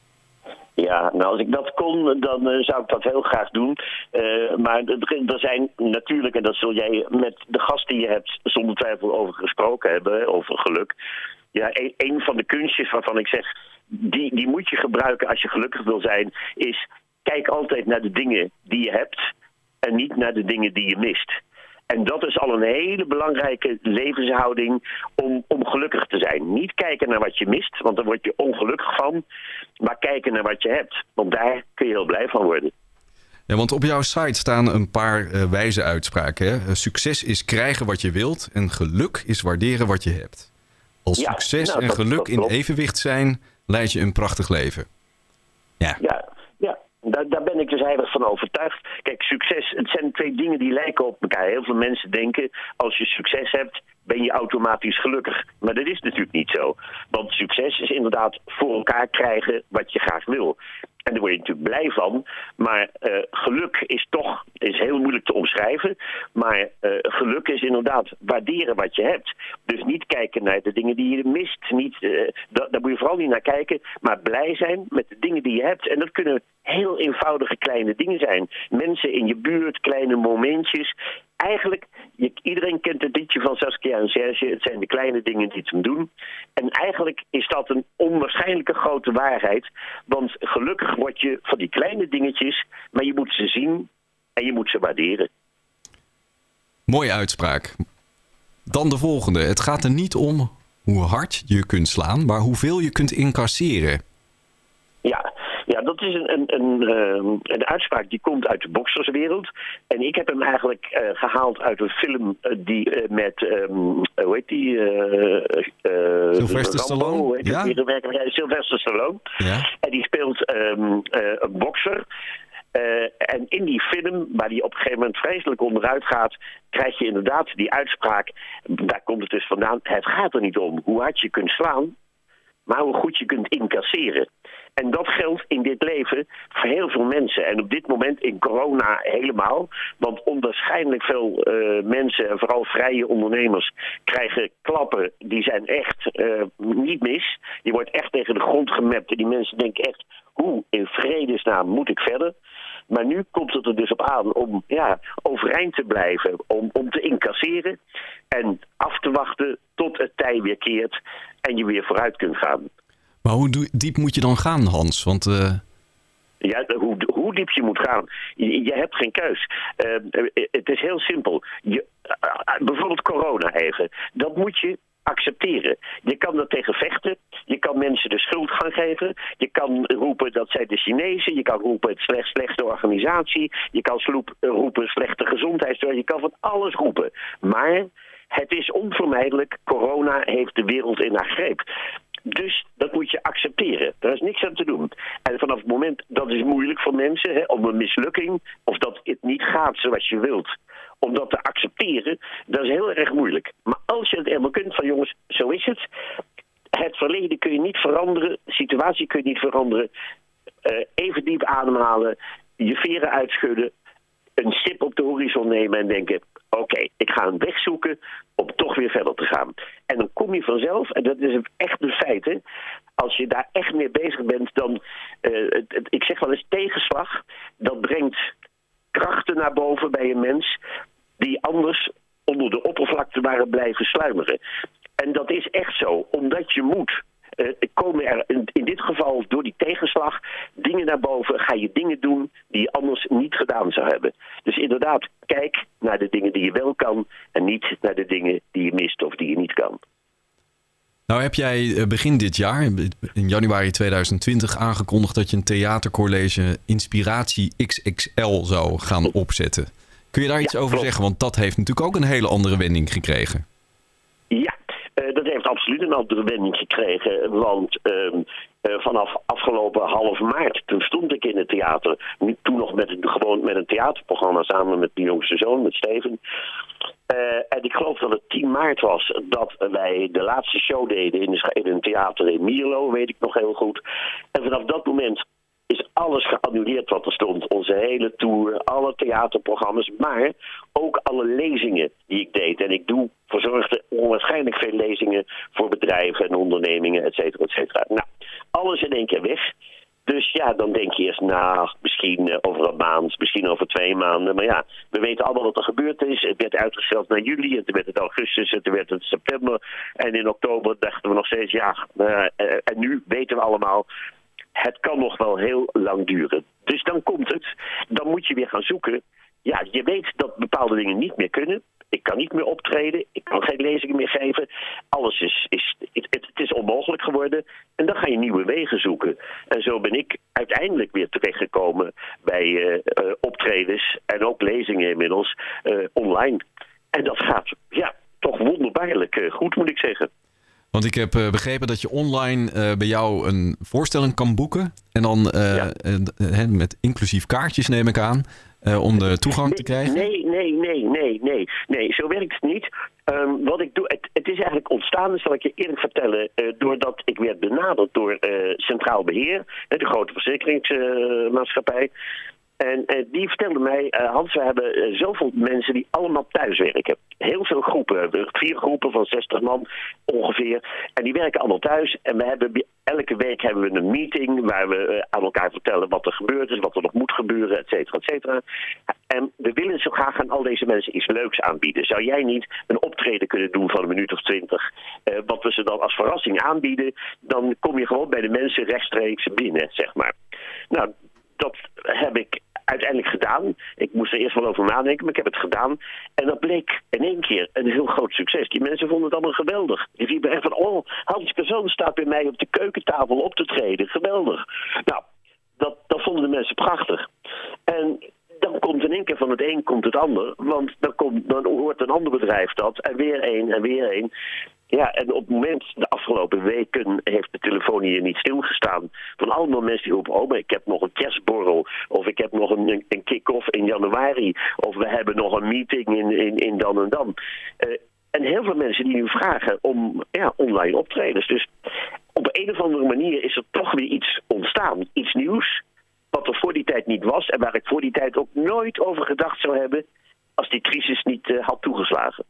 Ja, nou als ik dat kon, dan uh, zou ik dat heel graag doen. Uh, maar er zijn natuurlijk, en dat zul jij met de gast die je hebt zonder twijfel over gesproken hebben, over geluk. Ja, een, een van de kunstjes waarvan ik zeg, die, die moet je gebruiken als je gelukkig wil zijn, is kijk altijd naar de dingen die je hebt en niet naar de dingen die je mist. En dat is al een hele belangrijke levenshouding om, om gelukkig te zijn. Niet kijken naar wat je mist, want daar word je ongelukkig van. Maar kijken naar wat je hebt, want daar kun je heel blij van worden. Ja, want op jouw site staan een paar uh, wijze uitspraken. Hè? Uh, succes is krijgen wat je wilt en geluk is waarderen wat je hebt. Als ja, succes nou, en dat, geluk dat in evenwicht zijn, leid je een prachtig leven. Ja, ja. ja. Daar, daar ben ik dus heilig van overtuigd. Kijk, succes, het zijn twee dingen die lijken op elkaar. Heel veel mensen denken, als je succes hebt, ben je automatisch gelukkig. Maar dat is natuurlijk niet zo. Want succes is inderdaad voor elkaar krijgen wat je graag wil. En daar word je natuurlijk blij van. Maar uh, geluk is toch is heel moeilijk te omschrijven. Maar uh, geluk is inderdaad waarderen wat je hebt. Dus niet kijken naar de dingen die je mist. Niet, uh, da- daar moet je vooral niet naar kijken. Maar blij zijn met de dingen die je hebt. En dat kunnen heel eenvoudige kleine dingen zijn. Mensen in je buurt, kleine momentjes. Eigenlijk, je, iedereen kent het liedje van Saskia en Serge. Het zijn de kleine dingen die het hem doen. En eigenlijk is dat een onwaarschijnlijke grote waarheid. Want gelukkig word je van die kleine dingetjes, maar je moet ze zien en je moet ze waarderen. Mooie uitspraak. Dan de volgende. Het gaat er niet om hoe hard je kunt slaan, maar hoeveel je kunt incasseren. Ja, ja dat is een, een, een, uh, een uitspraak die komt uit de bokserswereld. En ik heb hem eigenlijk uh, gehaald uit een film uh, die uh, met, um, hoe heet die? Uh, uh, Sylvester Stallone? Hoe heet Ja? Die, Sylvester Stallone. Ja? En die speelt um, uh, een bokser. Uh, en in die film, waar die op een gegeven moment vreselijk onderuit gaat, krijg je inderdaad die uitspraak. Daar komt het dus vandaan. Het gaat er niet om hoe hard je kunt slaan, maar hoe goed je kunt incasseren. En dat geldt in dit leven voor heel veel mensen. En op dit moment in corona helemaal. Want onwaarschijnlijk veel uh, mensen, en vooral vrije ondernemers, krijgen klappen. Die zijn echt uh, niet mis. Je wordt echt tegen de grond gemapt. En die mensen denken echt, hoe in vredesnaam moet ik verder? Maar nu komt het er dus op aan om ja, overeind te blijven. Om, om te incasseren. En af te wachten tot het tij weer keert. En je weer vooruit kunt gaan. Maar hoe diep moet je dan gaan, Hans? Want uh... Ja, hoe, hoe diep je moet gaan. Je, je hebt geen keus. Uh, het is heel simpel. Je, uh, bijvoorbeeld corona even. Dat moet je accepteren. Je kan er tegen vechten. Je kan mensen de schuld gaan geven. Je kan roepen dat zij de Chinezen. Je kan roepen het slecht, slechte organisatie. Je kan sloep, roepen slechte gezondheidszorg. Je kan van alles roepen. Maar het is onvermijdelijk. Corona heeft de wereld in haar greep. Dus dat moet je accepteren. Daar is niks aan te doen. En vanaf het moment, dat is moeilijk voor mensen, hè, om een mislukking, of dat het niet gaat zoals je wilt, om dat te accepteren, dat is heel erg moeilijk. Maar als je het helemaal kunt van jongens, zo is het. Het verleden kun je niet veranderen, de situatie kun je niet veranderen. Uh, even diep ademhalen, je veren uitschudden, een stip op de horizon nemen en denken, oké, okay, ik ga een weg zoeken om toch weer verder te gaan. En dan kom je vanzelf, en dat is echt een feit, hè, als je daar echt mee bezig bent, dan, uh, het, het, ik zeg wel eens tegenslag, dat brengt krachten naar boven bij een mens die anders onder de oppervlakte waren blijven sluimeren. En dat is echt zo, omdat je moet. Uh, komen er in, in dit geval door die tegenslag dingen naar boven, ga je dingen doen die je anders niet gedaan zou hebben. Dus inderdaad, kijk naar de dingen die je wel kan en niet naar de dingen die je mist of die je niet kan. Nou heb jij begin dit jaar, in januari tweeduizend twintig, aangekondigd dat je een theatercollege Inspiratie X X L zou gaan opzetten. Kun je daar iets ja, over klopt. zeggen? Want dat heeft natuurlijk ook een hele andere wending gekregen. Ja. Uh, dat heeft absoluut een andere wending gekregen, want uh, uh, vanaf afgelopen half maart, toen stond ik in het theater, toen nog met, gewoon met een theaterprogramma samen met mijn jongste zoon, met Steven. Uh, en ik geloof dat het tien maart was dat wij de laatste show deden in, de, in een theater in Mierlo, weet ik nog heel goed. En vanaf dat moment is alles geannuleerd wat er stond. Onze hele tour, alle theaterprogramma's, maar ook alle lezingen die ik deed. En ik doe, verzorgde onwaarschijnlijk veel lezingen voor bedrijven en ondernemingen, et cetera, et cetera. Nou, alles in één keer weg. Dus ja, dan denk je eerst, nou, misschien over een maand, misschien over twee maanden. Maar ja, we weten allemaal wat er gebeurd is. Het werd uitgesteld naar juli, en toen werd het augustus, en toen werd het september. En in oktober dachten we nog steeds, ja, uh, en nu weten we allemaal, het kan nog wel heel lang duren. Dus dan komt het. Dan moet je weer gaan zoeken. Ja, je weet dat bepaalde dingen niet meer kunnen. Ik kan niet meer optreden. Ik kan geen lezingen meer geven. Alles is, is het, het is onmogelijk geworden. En dan ga je nieuwe wegen zoeken. En zo ben ik uiteindelijk weer terechtgekomen bij uh, uh, optredens en ook lezingen inmiddels uh, online. En dat gaat, ja, toch wonderbaarlijk uh, goed, moet ik zeggen. Want ik heb uh, begrepen dat je online uh, bij jou een voorstelling kan boeken. En dan uh, ja. uh, met inclusief kaartjes neem ik aan. Uh, om de toegang nee, te krijgen. Nee, nee, nee, nee, nee. Nee, zo werkt het niet. Um, wat ik doe, het, het is eigenlijk ontstaan, dat zal ik je eerlijk vertellen, uh, doordat ik werd benaderd door uh, Centraal Beheer, de grote verzekeringsmaatschappij. Uh, En uh, die vertelde mij, uh, Hans, we hebben uh, zoveel mensen die allemaal thuiswerken. Heel veel groepen, vier groepen van zestig man ongeveer. En die werken allemaal thuis. En we hebben, elke week hebben we een meeting waar we uh, aan elkaar vertellen wat er gebeurd is, wat er nog moet gebeuren, et cetera, et cetera. En we willen zo graag aan al deze mensen iets leuks aanbieden. Zou jij niet een optreden kunnen doen van een minuut of twintig, uh, wat we ze dan als verrassing aanbieden? Dan kom je gewoon bij de mensen rechtstreeks binnen, zeg maar. Nou, dat heb ik uiteindelijk gedaan. Ik moest er eerst wel over nadenken, maar ik heb het gedaan. En dat bleek in één keer een heel groot succes. Die mensen vonden het allemaal geweldig. Die riepen echt van, oh, Hans Kazan staat bij mij op de keukentafel op te treden. Geweldig. Nou, dat, dat vonden de mensen prachtig. En dan komt in één keer van het een komt het ander. Want dan, komt, dan hoort een ander bedrijf dat. En weer één en weer één. Ja, en op het moment, de afgelopen weken, heeft de telefoon hier niet stilgestaan. Van allemaal mensen die roepen, oh, maar ik heb nog een kerstborrel. Of ik heb nog een, een kick-off in januari. Of we hebben nog een meeting in, in, in dan en dan. Uh, en heel veel mensen die nu vragen om ja, online optredens. Dus op een of andere manier is er toch weer iets ontstaan. Iets nieuws, wat er voor die tijd niet was. En waar ik voor die tijd ook nooit over gedacht zou hebben als die crisis niet uh, had toegeslagen.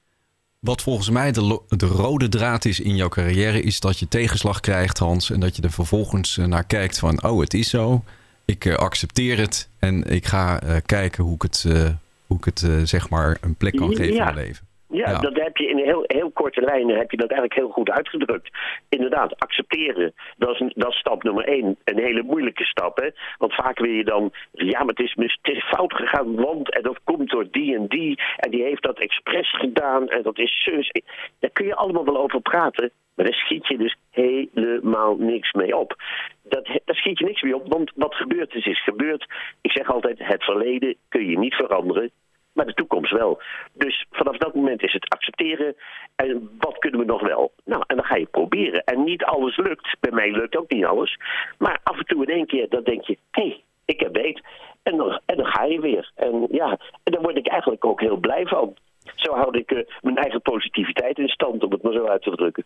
Wat volgens mij de, lo- de rode draad is in jouw carrière, is dat je tegenslag krijgt, Hans. En dat je er vervolgens naar kijkt van, oh, het is zo. Ik uh, accepteer het en ik ga uh, kijken hoe ik het, uh, hoe ik het uh, zeg maar een plek kan geven ja. in mijn leven. Ja, ja, dat heb je in heel, heel korte lijnen heb je dat eigenlijk heel goed uitgedrukt. Inderdaad, accepteren. Dat is, dat is stap nummer één. Een hele moeilijke stap, hè. Want vaak wil je dan, ja, maar het is, het is fout gegaan, want, en dat komt door die en die, en die heeft dat expres gedaan, en dat is zus. Daar kun je allemaal wel over praten, maar daar schiet je dus helemaal niks mee op. Dat, daar schiet je niks mee op, want wat gebeurd is, is gebeurd. Ik zeg altijd, het verleden kun je niet veranderen. Maar de toekomst wel. Dus vanaf dat moment is het accepteren. En wat kunnen we nog wel? Nou, en dan ga je proberen. En niet alles lukt. Bij mij lukt ook niet alles. Maar af en toe in één keer, dan denk je, hé, hey, ik heb beet. En dan, en dan ga je weer. En ja, en daar word ik eigenlijk ook heel blij van. Zo houd ik uh, mijn eigen positiviteit in stand, om het maar zo uit te drukken.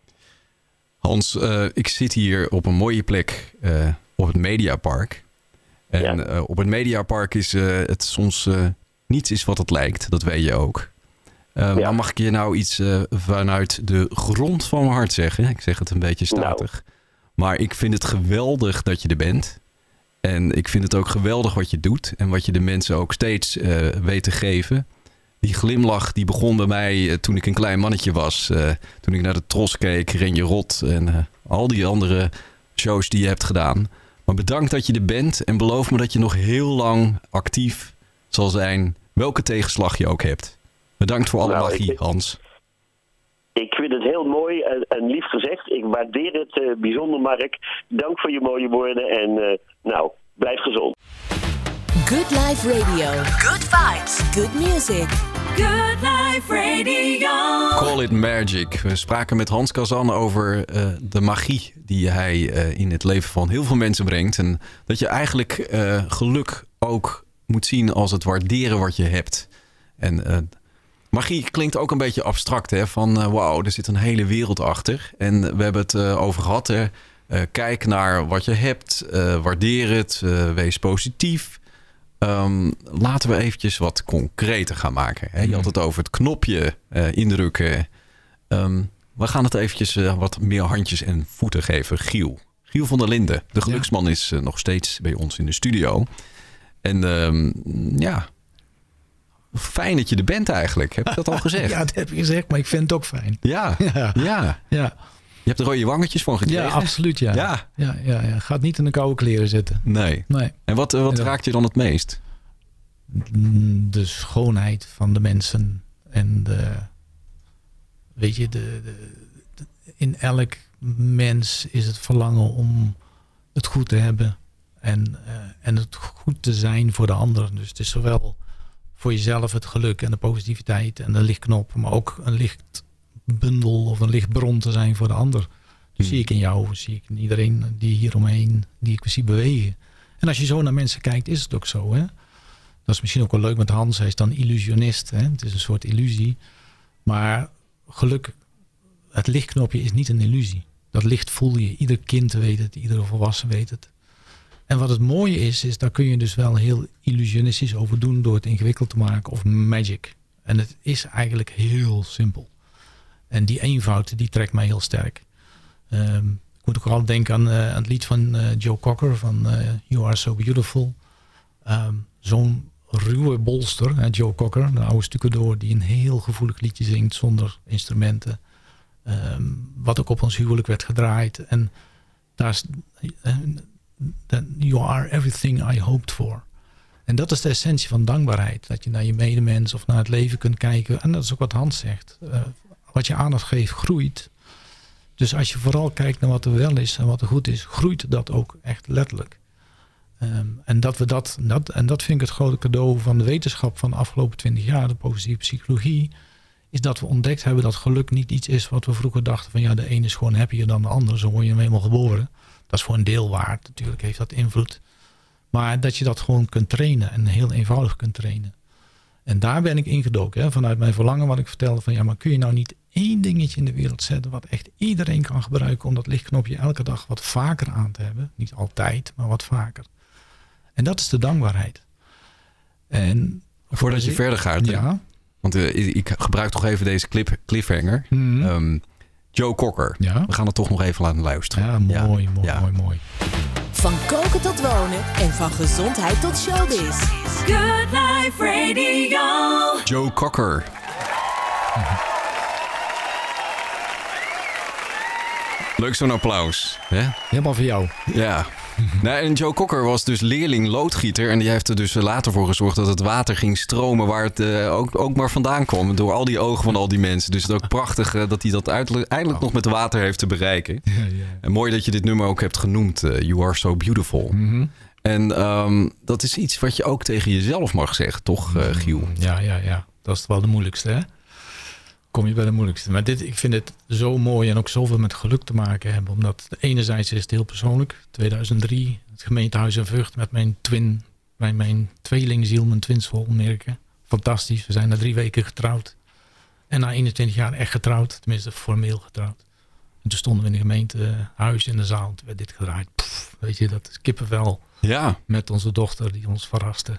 Hans, uh, ik zit hier op een mooie plek uh, op het Mediapark. En ja. uh, op het Mediapark is uh, het soms... Uh, niets is wat het lijkt, dat weet je ook. Uh, ja. Maar mag ik je nou iets uh, vanuit de grond van mijn hart zeggen? Ik zeg het een beetje statig. Nou. Maar ik vind het geweldig dat je er bent. En ik vind het ook geweldig wat je doet. En wat je de mensen ook steeds uh, weet te geven. Die glimlach die begon bij mij uh, toen ik een klein mannetje was. Uh, toen ik naar de Tros keek, Ren je Rot en uh, al die andere shows die je hebt gedaan. Maar bedankt dat je er bent. En beloof me dat je nog heel lang actief zal zijn, welke tegenslag je ook hebt. Bedankt voor alle nou, magie, ik, Hans. Ik vind het heel mooi en, en lief gezegd. Ik waardeer het uh, bijzonder, Mark. Dank voor je mooie woorden en uh, nou, blijf gezond. Good Life Radio. Good vibes. Good music. Good Life Radio. Call it magic. We spraken met Hans Kazan over uh, de magie die hij uh, in het leven van heel veel mensen brengt. En dat je eigenlijk uh, geluk ook moet zien als het waarderen wat je hebt. En uh, magie klinkt ook een beetje abstract, hè? Van uh, wauw, er zit een hele wereld achter. En we hebben het uh, over gehad, hè? Uh, kijk naar wat je hebt, uh, waardeer het, uh, wees positief. Um, laten we eventjes wat concreter gaan maken. Hè? Je had het over het knopje uh, indrukken. Um, we gaan het eventjes uh, wat meer handjes en voeten geven. Giel. Giel van der Linden, de geluksman, is uh, nog steeds bij ons in de studio. En um, ja, fijn dat je er bent eigenlijk. Heb ik dat al gezegd? Ja, dat heb je gezegd, maar ik vind het ook fijn. Ja, ja. ja. ja. Je hebt er rode wangetjes van gekregen. Ja, absoluut, ja. Ja. Ja, ja, ja. Gaat niet in de koude kleren zitten. Nee. nee. En wat, wat ja. raakt je dan het meest? De schoonheid van de mensen. En de, weet je, de, de, de, in elk mens is het verlangen om het goed te hebben. En, uh, en het goed te zijn voor de ander. Dus het is zowel voor jezelf het geluk en de positiviteit en de lichtknop, maar ook een licht lichtbundel of een lichtbron te zijn voor de ander. Dat hmm. zie ik in jou, zie ik in iedereen die hieromheen, die ik zie bewegen. En als je zo naar mensen kijkt, is het ook zo. Hè? Dat is misschien ook wel leuk met Hans. Hij is dan illusionist. Hè? Het is een soort illusie. Maar geluk, het lichtknopje is niet een illusie. Dat licht voel je. Ieder kind weet het. Iedere volwassen weet het. En wat het mooie is, is daar kun je dus wel heel illusionistisch over doen door het ingewikkeld te maken of magic. En het is eigenlijk heel simpel. En die eenvoud, die trekt mij heel sterk. Um, ik moet ook al denken aan, uh, aan het lied van uh, Joe Cocker van uh, You Are So Beautiful. Um, zo'n ruwe bolster, hè, Joe Cocker, de oude stucadoor, die een heel gevoelig liedje zingt zonder instrumenten. Um, wat ook op ons huwelijk werd gedraaid. En daar is... Uh, You are everything I hoped for. En dat is de essentie van dankbaarheid. Dat je naar je medemens of naar het leven kunt kijken. En dat is ook wat Hans zegt. Uh, wat je aandacht geeft, groeit. Dus als je vooral kijkt naar wat er wel is en wat er goed is, groeit dat ook echt letterlijk. Um, en, dat we dat, dat, en dat vind ik het grote cadeau van de wetenschap van de afgelopen twintig jaar, de positieve psychologie, is dat we ontdekt hebben dat geluk niet iets is wat we vroeger dachten van ja, de ene is gewoon happier dan de ander. Zo word je hem helemaal geboren. Dat is voor een deel waar. Natuurlijk heeft dat invloed. Maar dat je dat gewoon kunt trainen. En heel eenvoudig kunt trainen. En daar ben ik ingedoken. Hè, vanuit mijn verlangen wat ik vertelde. Van ja, maar kun je nou niet één dingetje in de wereld zetten. Wat echt iedereen kan gebruiken. Om dat lichtknopje elke dag wat vaker aan te hebben. Niet altijd, maar wat vaker. En dat is de dankbaarheid. En voordat je ik, verder gaat. Ja. Want uh, ik gebruik toch even deze clip, cliffhanger. Mm-hmm. Um, Joe Cocker. Ja? We gaan het toch nog even laten luisteren. Ja, mooi, ja. mooi, ja. mooi, mooi. Van koken tot wonen en van gezondheid tot showbiz. Good Life Radio. Joe Cocker. Leuk zo'n applaus. Hè? Helemaal voor jou. Ja. Nou, en Joe Cocker was dus leerling loodgieter. En die heeft er dus later voor gezorgd dat het water ging stromen waar het uh, ook, ook maar vandaan kwam. Door al die ogen van al die mensen. Dus het is ook prachtig uh, dat hij dat uiteindelijk oh. nog met water heeft te bereiken. Ja, ja. En mooi dat je dit nummer ook hebt genoemd. Uh, You Are So Beautiful. Mm-hmm. En um, dat is iets wat je ook tegen jezelf mag zeggen, toch uh, Giel? Ja, ja, ja. Dat is wel de moeilijkste, hè? Kom je bij de moeilijkste. Maar dit, ik vind het zo mooi en ook zoveel met geluk te maken hebben. Omdat enerzijds is het heel persoonlijk. tweeduizend drie, het gemeentehuis in Vught met mijn twin, mijn, mijn tweelingziel, mijn twinsoul, Mirke. Fantastisch. We zijn na drie weken getrouwd. En na eenentwintig jaar echt getrouwd. Tenminste, formeel getrouwd. En toen stonden we in het gemeentehuis in de zaal. Toen werd dit gedraaid. Pff, weet je, dat is kippenvel. Ja. Met onze dochter die ons verraste.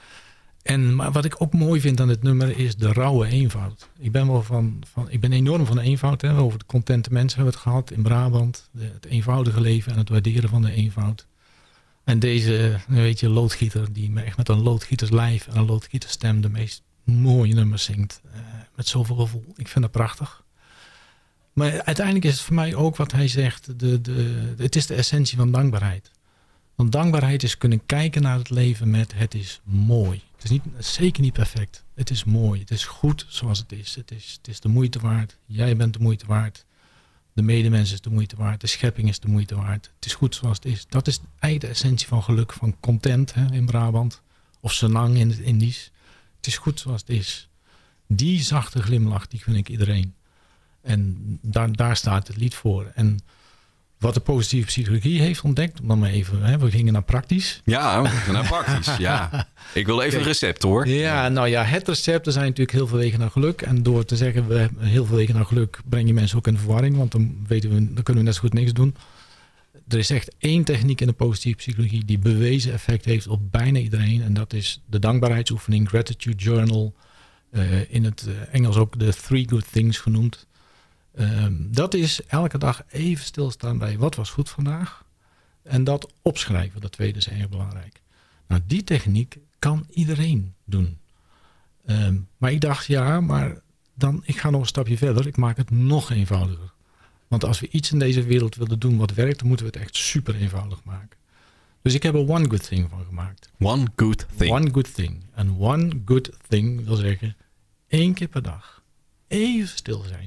En maar wat ik ook mooi vind aan dit nummer is de rauwe eenvoud. Ik ben wel van, van ik ben enorm van de eenvoud. Hè. Over de contente mensen hebben we het gehad in Brabant. De, het eenvoudige leven en het waarderen van de eenvoud. En deze, weet je, loodgieter die echt met een loodgieterslijf en een loodgieterstem de meest mooie nummers zingt. Uh, met zoveel gevoel. Ik vind dat prachtig. Maar uiteindelijk is het voor mij ook wat hij zegt. De, de, het is de essentie van dankbaarheid. Want dankbaarheid is kunnen kijken naar het leven met het is mooi. Het is niet, zeker niet perfect. Het is mooi. Het is goed zoals het is. Het is, het is de moeite waard. Jij bent de moeite waard. De medemens is de moeite waard. De schepping is de moeite waard. Het is goed zoals het is. Dat is eigenlijk de essentie van geluk. Van content hè, in Brabant. Of senang in het Indisch. Het is goed zoals het is. Die zachte glimlach, die gun ik iedereen. En daar, daar staat het lied voor. En wat de positieve psychologie heeft ontdekt. Om dan maar even, hè, we gingen naar praktisch. Ja, we gingen naar praktisch. Ja. Ik wil even een recept hoor. Ja, nou ja, het recept. Er zijn natuurlijk heel veel wegen naar geluk. En door te zeggen, we hebben heel veel wegen naar geluk, breng je mensen ook in verwarring. Want dan, weten we, dan kunnen we net zo goed niks doen. Er is echt één techniek in de positieve psychologie die bewezen effect heeft op bijna iedereen. En dat is de dankbaarheidsoefening, gratitude journal. Uh, in het Engels ook de three good things genoemd. Um, dat is elke dag even stilstaan bij wat was goed vandaag. En dat opschrijven, dat tweede is erg belangrijk. Nou, die techniek kan iedereen doen. Um, maar ik dacht, ja, maar dan, ik ga nog een stapje verder. Ik maak het nog eenvoudiger. Want als we iets in deze wereld willen doen wat werkt, dan moeten we het echt super eenvoudig maken. Dus ik heb er one good thing van gemaakt. One good thing. One good thing. En one good thing wil zeggen, één keer per dag even stil zijn.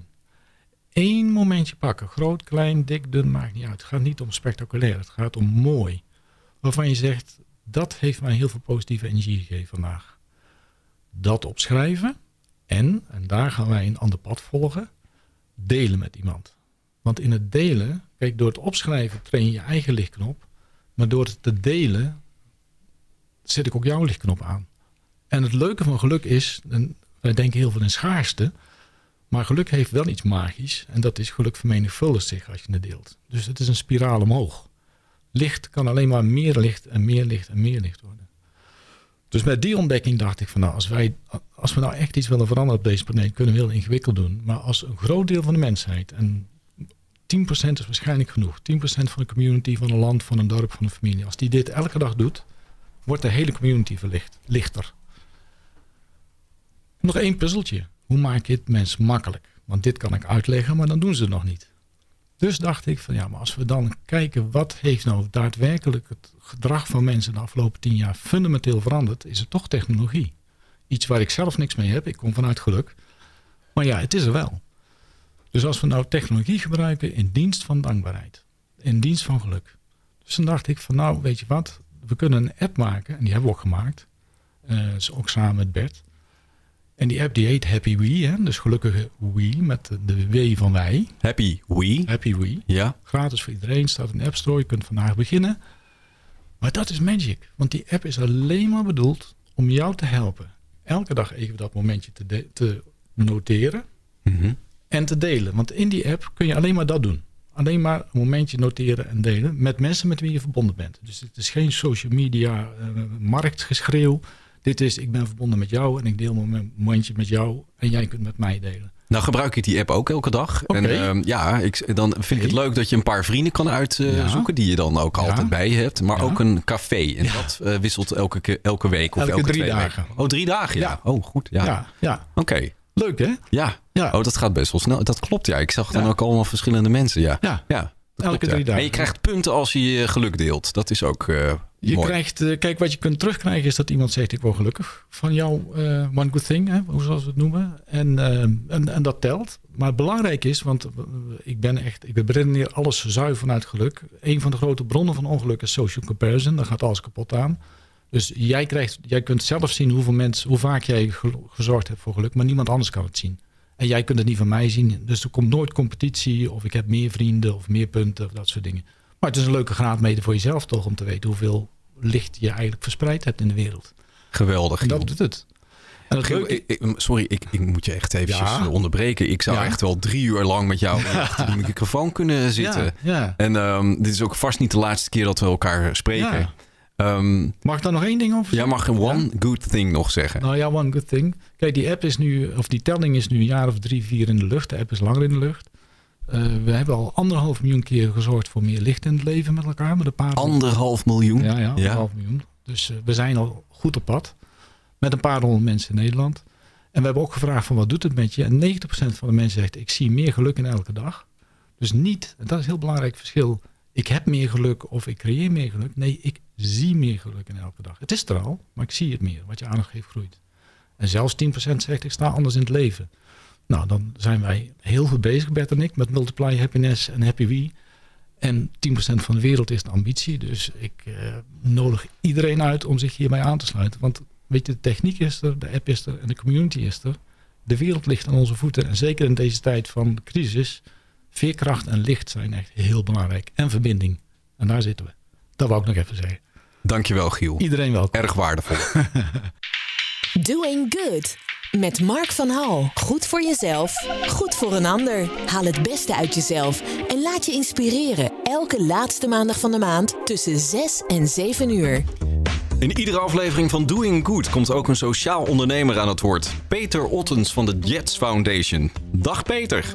Eén momentje pakken. Groot, klein, dik, dun, maakt niet uit. Het gaat niet om spectaculair. Het gaat om mooi. Waarvan je zegt, dat heeft mij heel veel positieve energie gegeven vandaag. Dat opschrijven. En, en daar gaan wij een ander pad volgen. delen met iemand. Want in het delen, kijk, door het opschrijven train je je eigen lichtknop. Maar door het te delen zet ik ook jouw lichtknop aan. En het leuke van geluk is, en wij denken heel veel in schaarste, maar geluk heeft wel iets magisch. En dat is geluk vermenigvuldigt zich als je het deelt. Dus het is een spiraal omhoog. Licht kan alleen maar meer licht en meer licht en meer licht worden. Dus met die ontdekking dacht ik van nou, als, wij, als we nou echt iets willen veranderen op deze planeet, kunnen we heel ingewikkeld doen. Maar als een groot deel van de mensheid, en tien procent is waarschijnlijk genoeg, tien procent van de community, van een land, van een dorp, van een familie. Als die dit elke dag doet, wordt de hele community verlicht, lichter. Nog één puzzeltje. Hoe maak je het mensen makkelijk? Want dit kan ik uitleggen, maar dan doen ze het nog niet. Dus dacht ik van ja, maar als we dan kijken wat heeft nou daadwerkelijk het gedrag van mensen de afgelopen tien jaar fundamenteel veranderd, is het toch technologie. Iets waar ik zelf niks mee heb. Ik kom vanuit geluk. Maar ja, het is er wel. Dus als we nou technologie gebruiken in dienst van dankbaarheid. In dienst van geluk. Dus dan dacht ik van nou, weet je wat. We kunnen een app maken. En die hebben we ook gemaakt. Uh, dus ook samen met Bert. En die app die heet Happy We. Hè? Dus gelukkige We met de W van wij. Happy We. Happy We. Ja. Gratis voor iedereen. Staat in de App Store. Je kunt vandaag beginnen. Maar dat is magic. Want die app is alleen maar bedoeld om jou te helpen. Elke dag even dat momentje te, de- te noteren. Mm-hmm. En te delen. Want in die app kun je alleen maar dat doen. Alleen maar een momentje noteren en delen. Met mensen met wie je verbonden bent. Dus het is geen social media uh, marktgeschreeuw. Dit is, ik ben verbonden met jou en ik deel mijn momentje met jou. En jij kunt met mij delen. Nou gebruik ik die app ook elke dag. Okay. En uh, ja, ik, dan vind ik het leuk dat je een paar vrienden kan uitzoeken. Uh, ja. Die je dan ook altijd ja. bij je hebt. Maar ja. ook een café. En ja. dat uh, wisselt elke, elke week of elke, elke drie twee dagen. weken. Oh, drie dagen ja. ja. Oh, goed. Ja, ja. ja. Oké. Okay. Leuk hè? Ja. ja. Oh, dat gaat best wel snel. Dat klopt ja. Ik zag dan ja. ook allemaal verschillende mensen. Ja. Ja. ja. Elke klopt, drie ja. dagen. En je krijgt punten als je je geluk deelt. Dat is ook uh, Je mooi. krijgt, uh, kijk wat je kunt terugkrijgen is dat iemand zegt ik word gelukkig van jou. Uh, one good thing, hè, hoe zoals we het noemen. En, uh, en, en dat telt. Maar het belangrijk is, want ik ben echt, ik beredeneer alles zuiver vanuit geluk. Een van de grote bronnen van ongeluk is social comparison. Daar gaat alles kapot aan. Dus jij, krijgt, jij kunt zelf zien hoeveel mensen, hoe vaak jij gezorgd hebt voor geluk. Maar niemand anders kan het zien. En jij kunt het niet van mij zien. Dus er komt nooit competitie of ik heb meer vrienden of meer punten of dat soort dingen. Maar het is een leuke graadmeter voor jezelf toch om te weten hoeveel licht je eigenlijk verspreid hebt in de wereld. Geweldig. En dat doet het. En Giel, leuke... ik, ik, sorry, ik, ik moet je echt eventjes ja. onderbreken. Ik zou ja. echt wel drie uur lang met jou achter die microfoon kunnen zitten. Ja, ja. En um, dit is ook vast niet de laatste keer dat we elkaar spreken. Ja. Um, mag ik daar nog één ding over zeggen? Jij mag een one ja? good thing nog zeggen. Nou ja, one good thing. Kijk, die app is nu, of die telling is nu een jaar of drie, vier in de lucht. De app is langer in de lucht. Uh, we hebben al anderhalf miljoen keer gezorgd voor meer licht in het leven met elkaar. Met een paar anderhalf miljoen? Ja, ja, anderhalf ja. miljoen. Dus uh, we zijn al goed op pad. Met een paar honderd mensen in Nederland. En we hebben ook gevraagd van wat doet het met je? En negentig procent van de mensen zegt ik zie meer geluk in elke dag. Dus niet, en dat is een heel belangrijk verschil. Ik heb meer geluk of ik creëer meer geluk. Nee, ik zie meer geluk in elke dag. Het is er al, maar ik zie het meer. Wat je aandacht geeft groeit. En zelfs tien procent zegt ik sta anders in het leven. Nou, dan zijn wij heel goed bezig, Bert en ik, met Multiply Happiness en Happy We. En tien procent van de wereld is de ambitie. Dus ik uh, nodig iedereen uit om zich hierbij aan te sluiten. Want weet je, de techniek is er, de app is er en de community is er. De wereld ligt aan onze voeten. En zeker in deze tijd van crisis, veerkracht en licht zijn echt heel belangrijk. En verbinding. En daar zitten we. Dat wou ik nog even zeggen. Dankjewel, Giel. Iedereen welkom. Erg waardevol. Doing Good. Met Mark van Hal. Goed voor jezelf, goed voor een ander. Haal het beste uit jezelf en laat je inspireren. Elke laatste maandag van de maand tussen zes en zeven uur. In iedere aflevering van Doing Good komt ook een sociaal ondernemer aan het woord. Peter Ottens van de Jets Foundation. Dag Peter.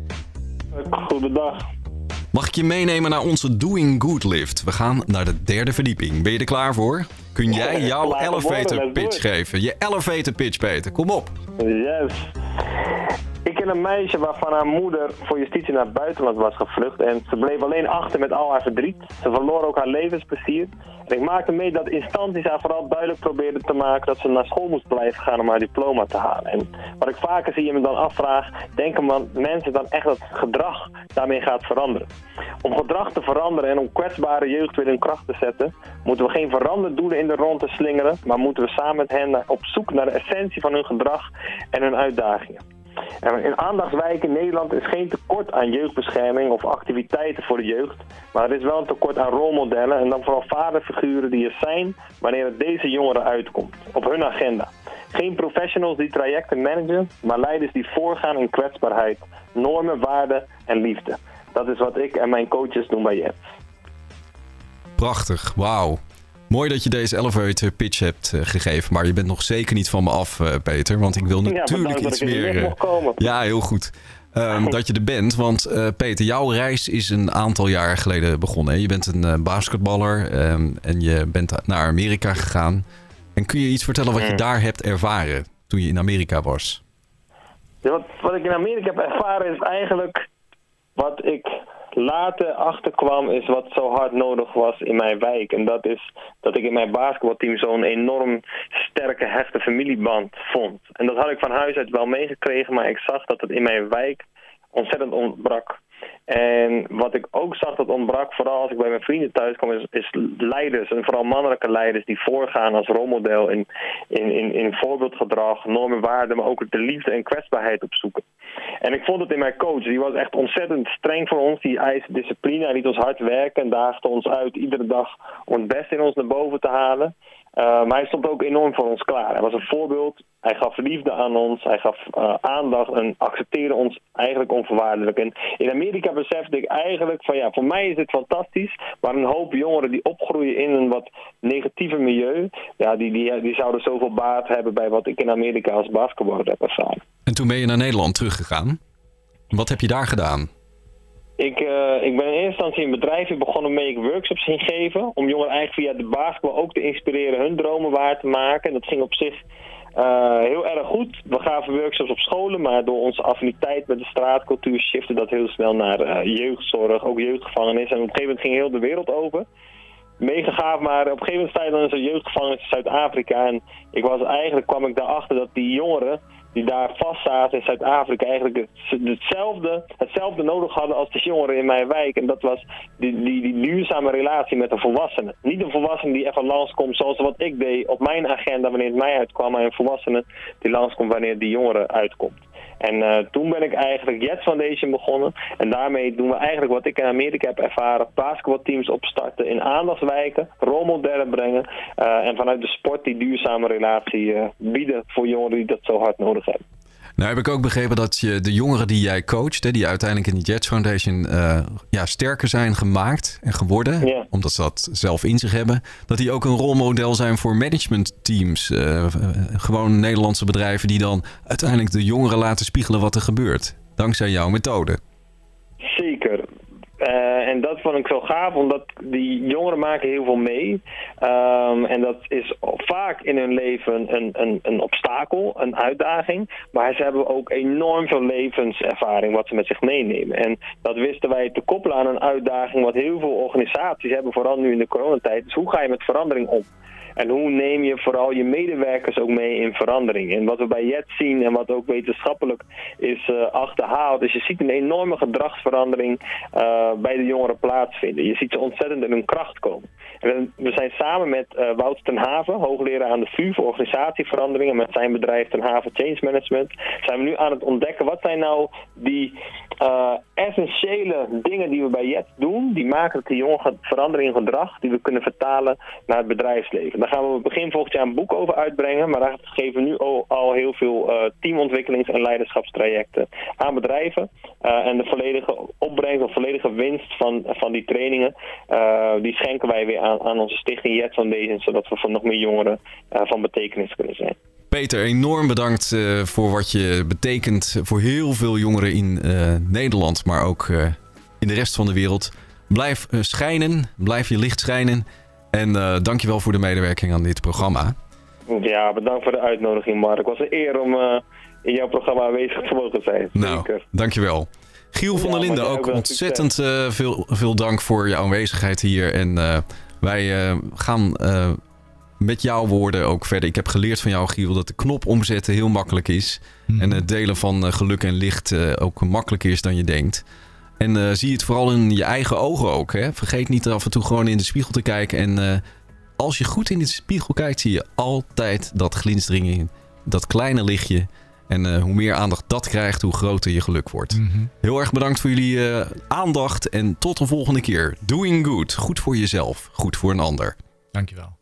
Goedendag. Mag ik je meenemen naar onze Doing Good lift? We gaan naar de derde verdieping. Ben je er klaar voor? Kun jij jouw elevator pitch geven? Je elevator pitch, Peter. Kom op. Yes. Ik ken een meisje waarvan haar moeder voor justitie naar het buitenland was gevlucht. En ze bleef alleen achter met al haar verdriet. Ze verloor ook haar levensplezier. En ik maakte mee dat instanties haar vooral duidelijk probeerden te maken dat ze naar school moest blijven gaan om haar diploma te halen. En wat ik vaker zie en me dan afvraag, denken man, mensen dan echt dat gedrag daarmee gaat veranderen? Om gedrag te veranderen en om kwetsbare jeugd weer in kracht te zetten, moeten we geen veranderdoelen in de rond te slingeren, maar moeten we samen met hen op zoek naar de essentie van hun gedrag en hun uitdagingen. En in aandachtswijken in Nederland is geen tekort aan jeugdbescherming of activiteiten voor de jeugd. Maar er is wel een tekort aan rolmodellen en dan vooral vaderfiguren die er zijn wanneer het deze jongeren uitkomt. Op hun agenda. Geen professionals die trajecten managen, maar leiders die voorgaan in kwetsbaarheid, normen, waarden en liefde. Dat is wat ik en mijn coaches doen bij Jets. Prachtig, wauw. Mooi dat je deze elevator pitch hebt uh, gegeven, maar je bent nog zeker niet van me af, uh, Peter. Want ik wil natuurlijk ja, iets dat ik meer... Uh, komen. Ja, heel goed. Um, dat je er bent, want uh, Peter, jouw reis is een aantal jaar geleden begonnen. Hè? Je bent een uh, basketballer um, en je bent naar Amerika gegaan. En kun je iets vertellen wat je daar hebt ervaren toen je in Amerika was? Ja, wat, wat ik in Amerika heb ervaren is eigenlijk wat ik later achterkwam is wat zo hard nodig was in mijn wijk. En dat is dat ik in mijn basketbalteam zo'n enorm sterke, hechte familieband vond. En dat had ik van huis uit wel meegekregen, maar ik zag dat het in mijn wijk ontzettend ontbrak. En wat ik ook zag dat ontbrak, vooral als ik bij mijn vrienden thuis kwam, is, is leiders. En vooral mannelijke leiders die voorgaan als rolmodel in, in, in, in voorbeeldgedrag, normen, waarden, maar ook de liefde en kwetsbaarheid opzoeken. En ik vond het in mijn coach. Die was echt ontzettend streng voor ons. Die eiste discipline. Hij liet ons hard werken en daagde ons uit iedere dag om het beste in ons naar boven te halen. Uh, maar hij stond ook enorm voor ons klaar. Hij was een voorbeeld. Hij gaf liefde aan ons. Hij gaf uh, aandacht en accepteerde ons eigenlijk onvoorwaardelijk. En in Amerika besefte ik eigenlijk van ja, voor mij is het fantastisch. Maar een hoop jongeren die opgroeien in een wat negatiever milieu, ja, die, die, die zouden zoveel baat hebben bij wat ik in Amerika als basketballer heb ervaren. En toen ben je naar Nederland teruggegaan. Wat heb je daar gedaan? Ik, uh, ik ben in eerste instantie een bedrijfje begonnen waarmee ik workshops ging geven. Om jongeren eigenlijk via de basketbal ook te inspireren hun dromen waar te maken. En dat ging op zich uh, heel erg goed. We gaven workshops op scholen, maar door onze affiniteit met de straatcultuur shifte dat heel snel naar uh, jeugdzorg, ook jeugdgevangenis. En op een gegeven moment ging heel de wereld over. Mega gaaf, maar op een gegeven moment sta je dan in zo'n jeugdgevangenis in Zuid-Afrika. En ik was eigenlijk, kwam ik daarachter dat die jongeren die daar vast zaten in Zuid-Afrika eigenlijk hetzelfde, hetzelfde nodig hadden als de jongeren in mijn wijk. En dat was die, die, die duurzame relatie met een volwassene. Niet een volwassene die even langskomt zoals wat ik deed op mijn agenda wanneer het mij uitkwam, maar een volwassene die langskomt wanneer die jongere uitkomt. En uh, toen ben ik eigenlijk Jets Foundation begonnen. En daarmee doen we eigenlijk wat ik in Amerika heb ervaren. Basketbalteams opstarten in aandachtswijken. Rolmodellen brengen. Uh, en vanuit de sport die duurzame relatie uh, bieden voor jongeren die dat zo hard nodig hebben. Nou heb ik ook begrepen dat je de jongeren die jij coacht, hè, die uiteindelijk in de Jets Foundation uh, ja, sterker zijn gemaakt en geworden, ja. Omdat ze dat zelf in zich hebben, dat die ook een rolmodel zijn voor managementteams. Uh, uh, gewoon Nederlandse bedrijven die dan uiteindelijk de jongeren laten spiegelen wat er gebeurt. Dankzij jouw methode. Zeker. Uh, en dat vond ik zo gaaf, omdat die jongeren maken heel veel mee. Um, en dat is vaak in hun leven een, een, een obstakel, een uitdaging. Maar ze hebben ook enorm veel levenservaring wat ze met zich meenemen. En dat wisten wij te koppelen aan een uitdaging wat heel veel organisaties hebben, vooral nu in de coronatijd. Dus hoe ga je met verandering om? En hoe neem je vooral je medewerkers ook mee in verandering? En wat we bij Jets zien en wat ook wetenschappelijk is uh, achterhaald, is je ziet een enorme gedragsverandering uh, bij de jongeren plaatsvinden. Je ziet ze ontzettend in hun kracht komen. En we zijn samen met uh, Wouter ten Haven, hoogleraar aan de V U voor organisatieverandering en met zijn bedrijf Ten Haven Change Management, zijn we nu aan het ontdekken wat zijn nou die uh, essentiële dingen die we bij Jets doen, die maken dat die jongen verandering in gedrag, die we kunnen vertalen naar het bedrijfsleven. Daar gaan we begin volgend jaar een boek over uitbrengen, maar daar geven we nu al, al heel veel uh, teamontwikkelings- en leiderschapstrajecten aan bedrijven. Uh, en de volledige opbrengst of volledige winst van, van die trainingen, uh, die schenken wij weer aan, aan onze stichting Jets Foundation, zodat we voor nog meer jongeren uh, van betekenis kunnen zijn. Peter, enorm bedankt uh, voor wat je betekent voor heel veel jongeren in uh, Nederland, maar ook uh, in de rest van de wereld. Blijf uh, schijnen, blijf je licht schijnen. En uh, dankjewel voor de medewerking aan dit programma. Ja, bedankt voor de uitnodiging, Mark. Het was een eer om uh, in jouw programma aanwezig te mogen zijn. Nou, zeker. Dankjewel. Giel van ja, der Linden, ook ontzettend uh, veel, veel dank voor je aanwezigheid hier. En uh, wij uh, gaan uh, met jouw woorden ook verder. Ik heb geleerd van jou, Giel, dat de knop omzetten heel makkelijk is. Mm. En het delen van uh, geluk en licht uh, ook makkelijker is dan je denkt. En uh, zie het vooral in je eigen ogen ook. Hè? Vergeet niet af en toe gewoon in de spiegel te kijken. En uh, als je goed in de spiegel kijkt, zie je altijd dat glinstering in. Dat kleine lichtje. En uh, hoe meer aandacht dat krijgt, hoe groter je geluk wordt. Mm-hmm. Heel erg bedankt voor jullie uh, aandacht en tot de volgende keer. Doing good. Goed voor jezelf, goed voor een ander. Dankjewel.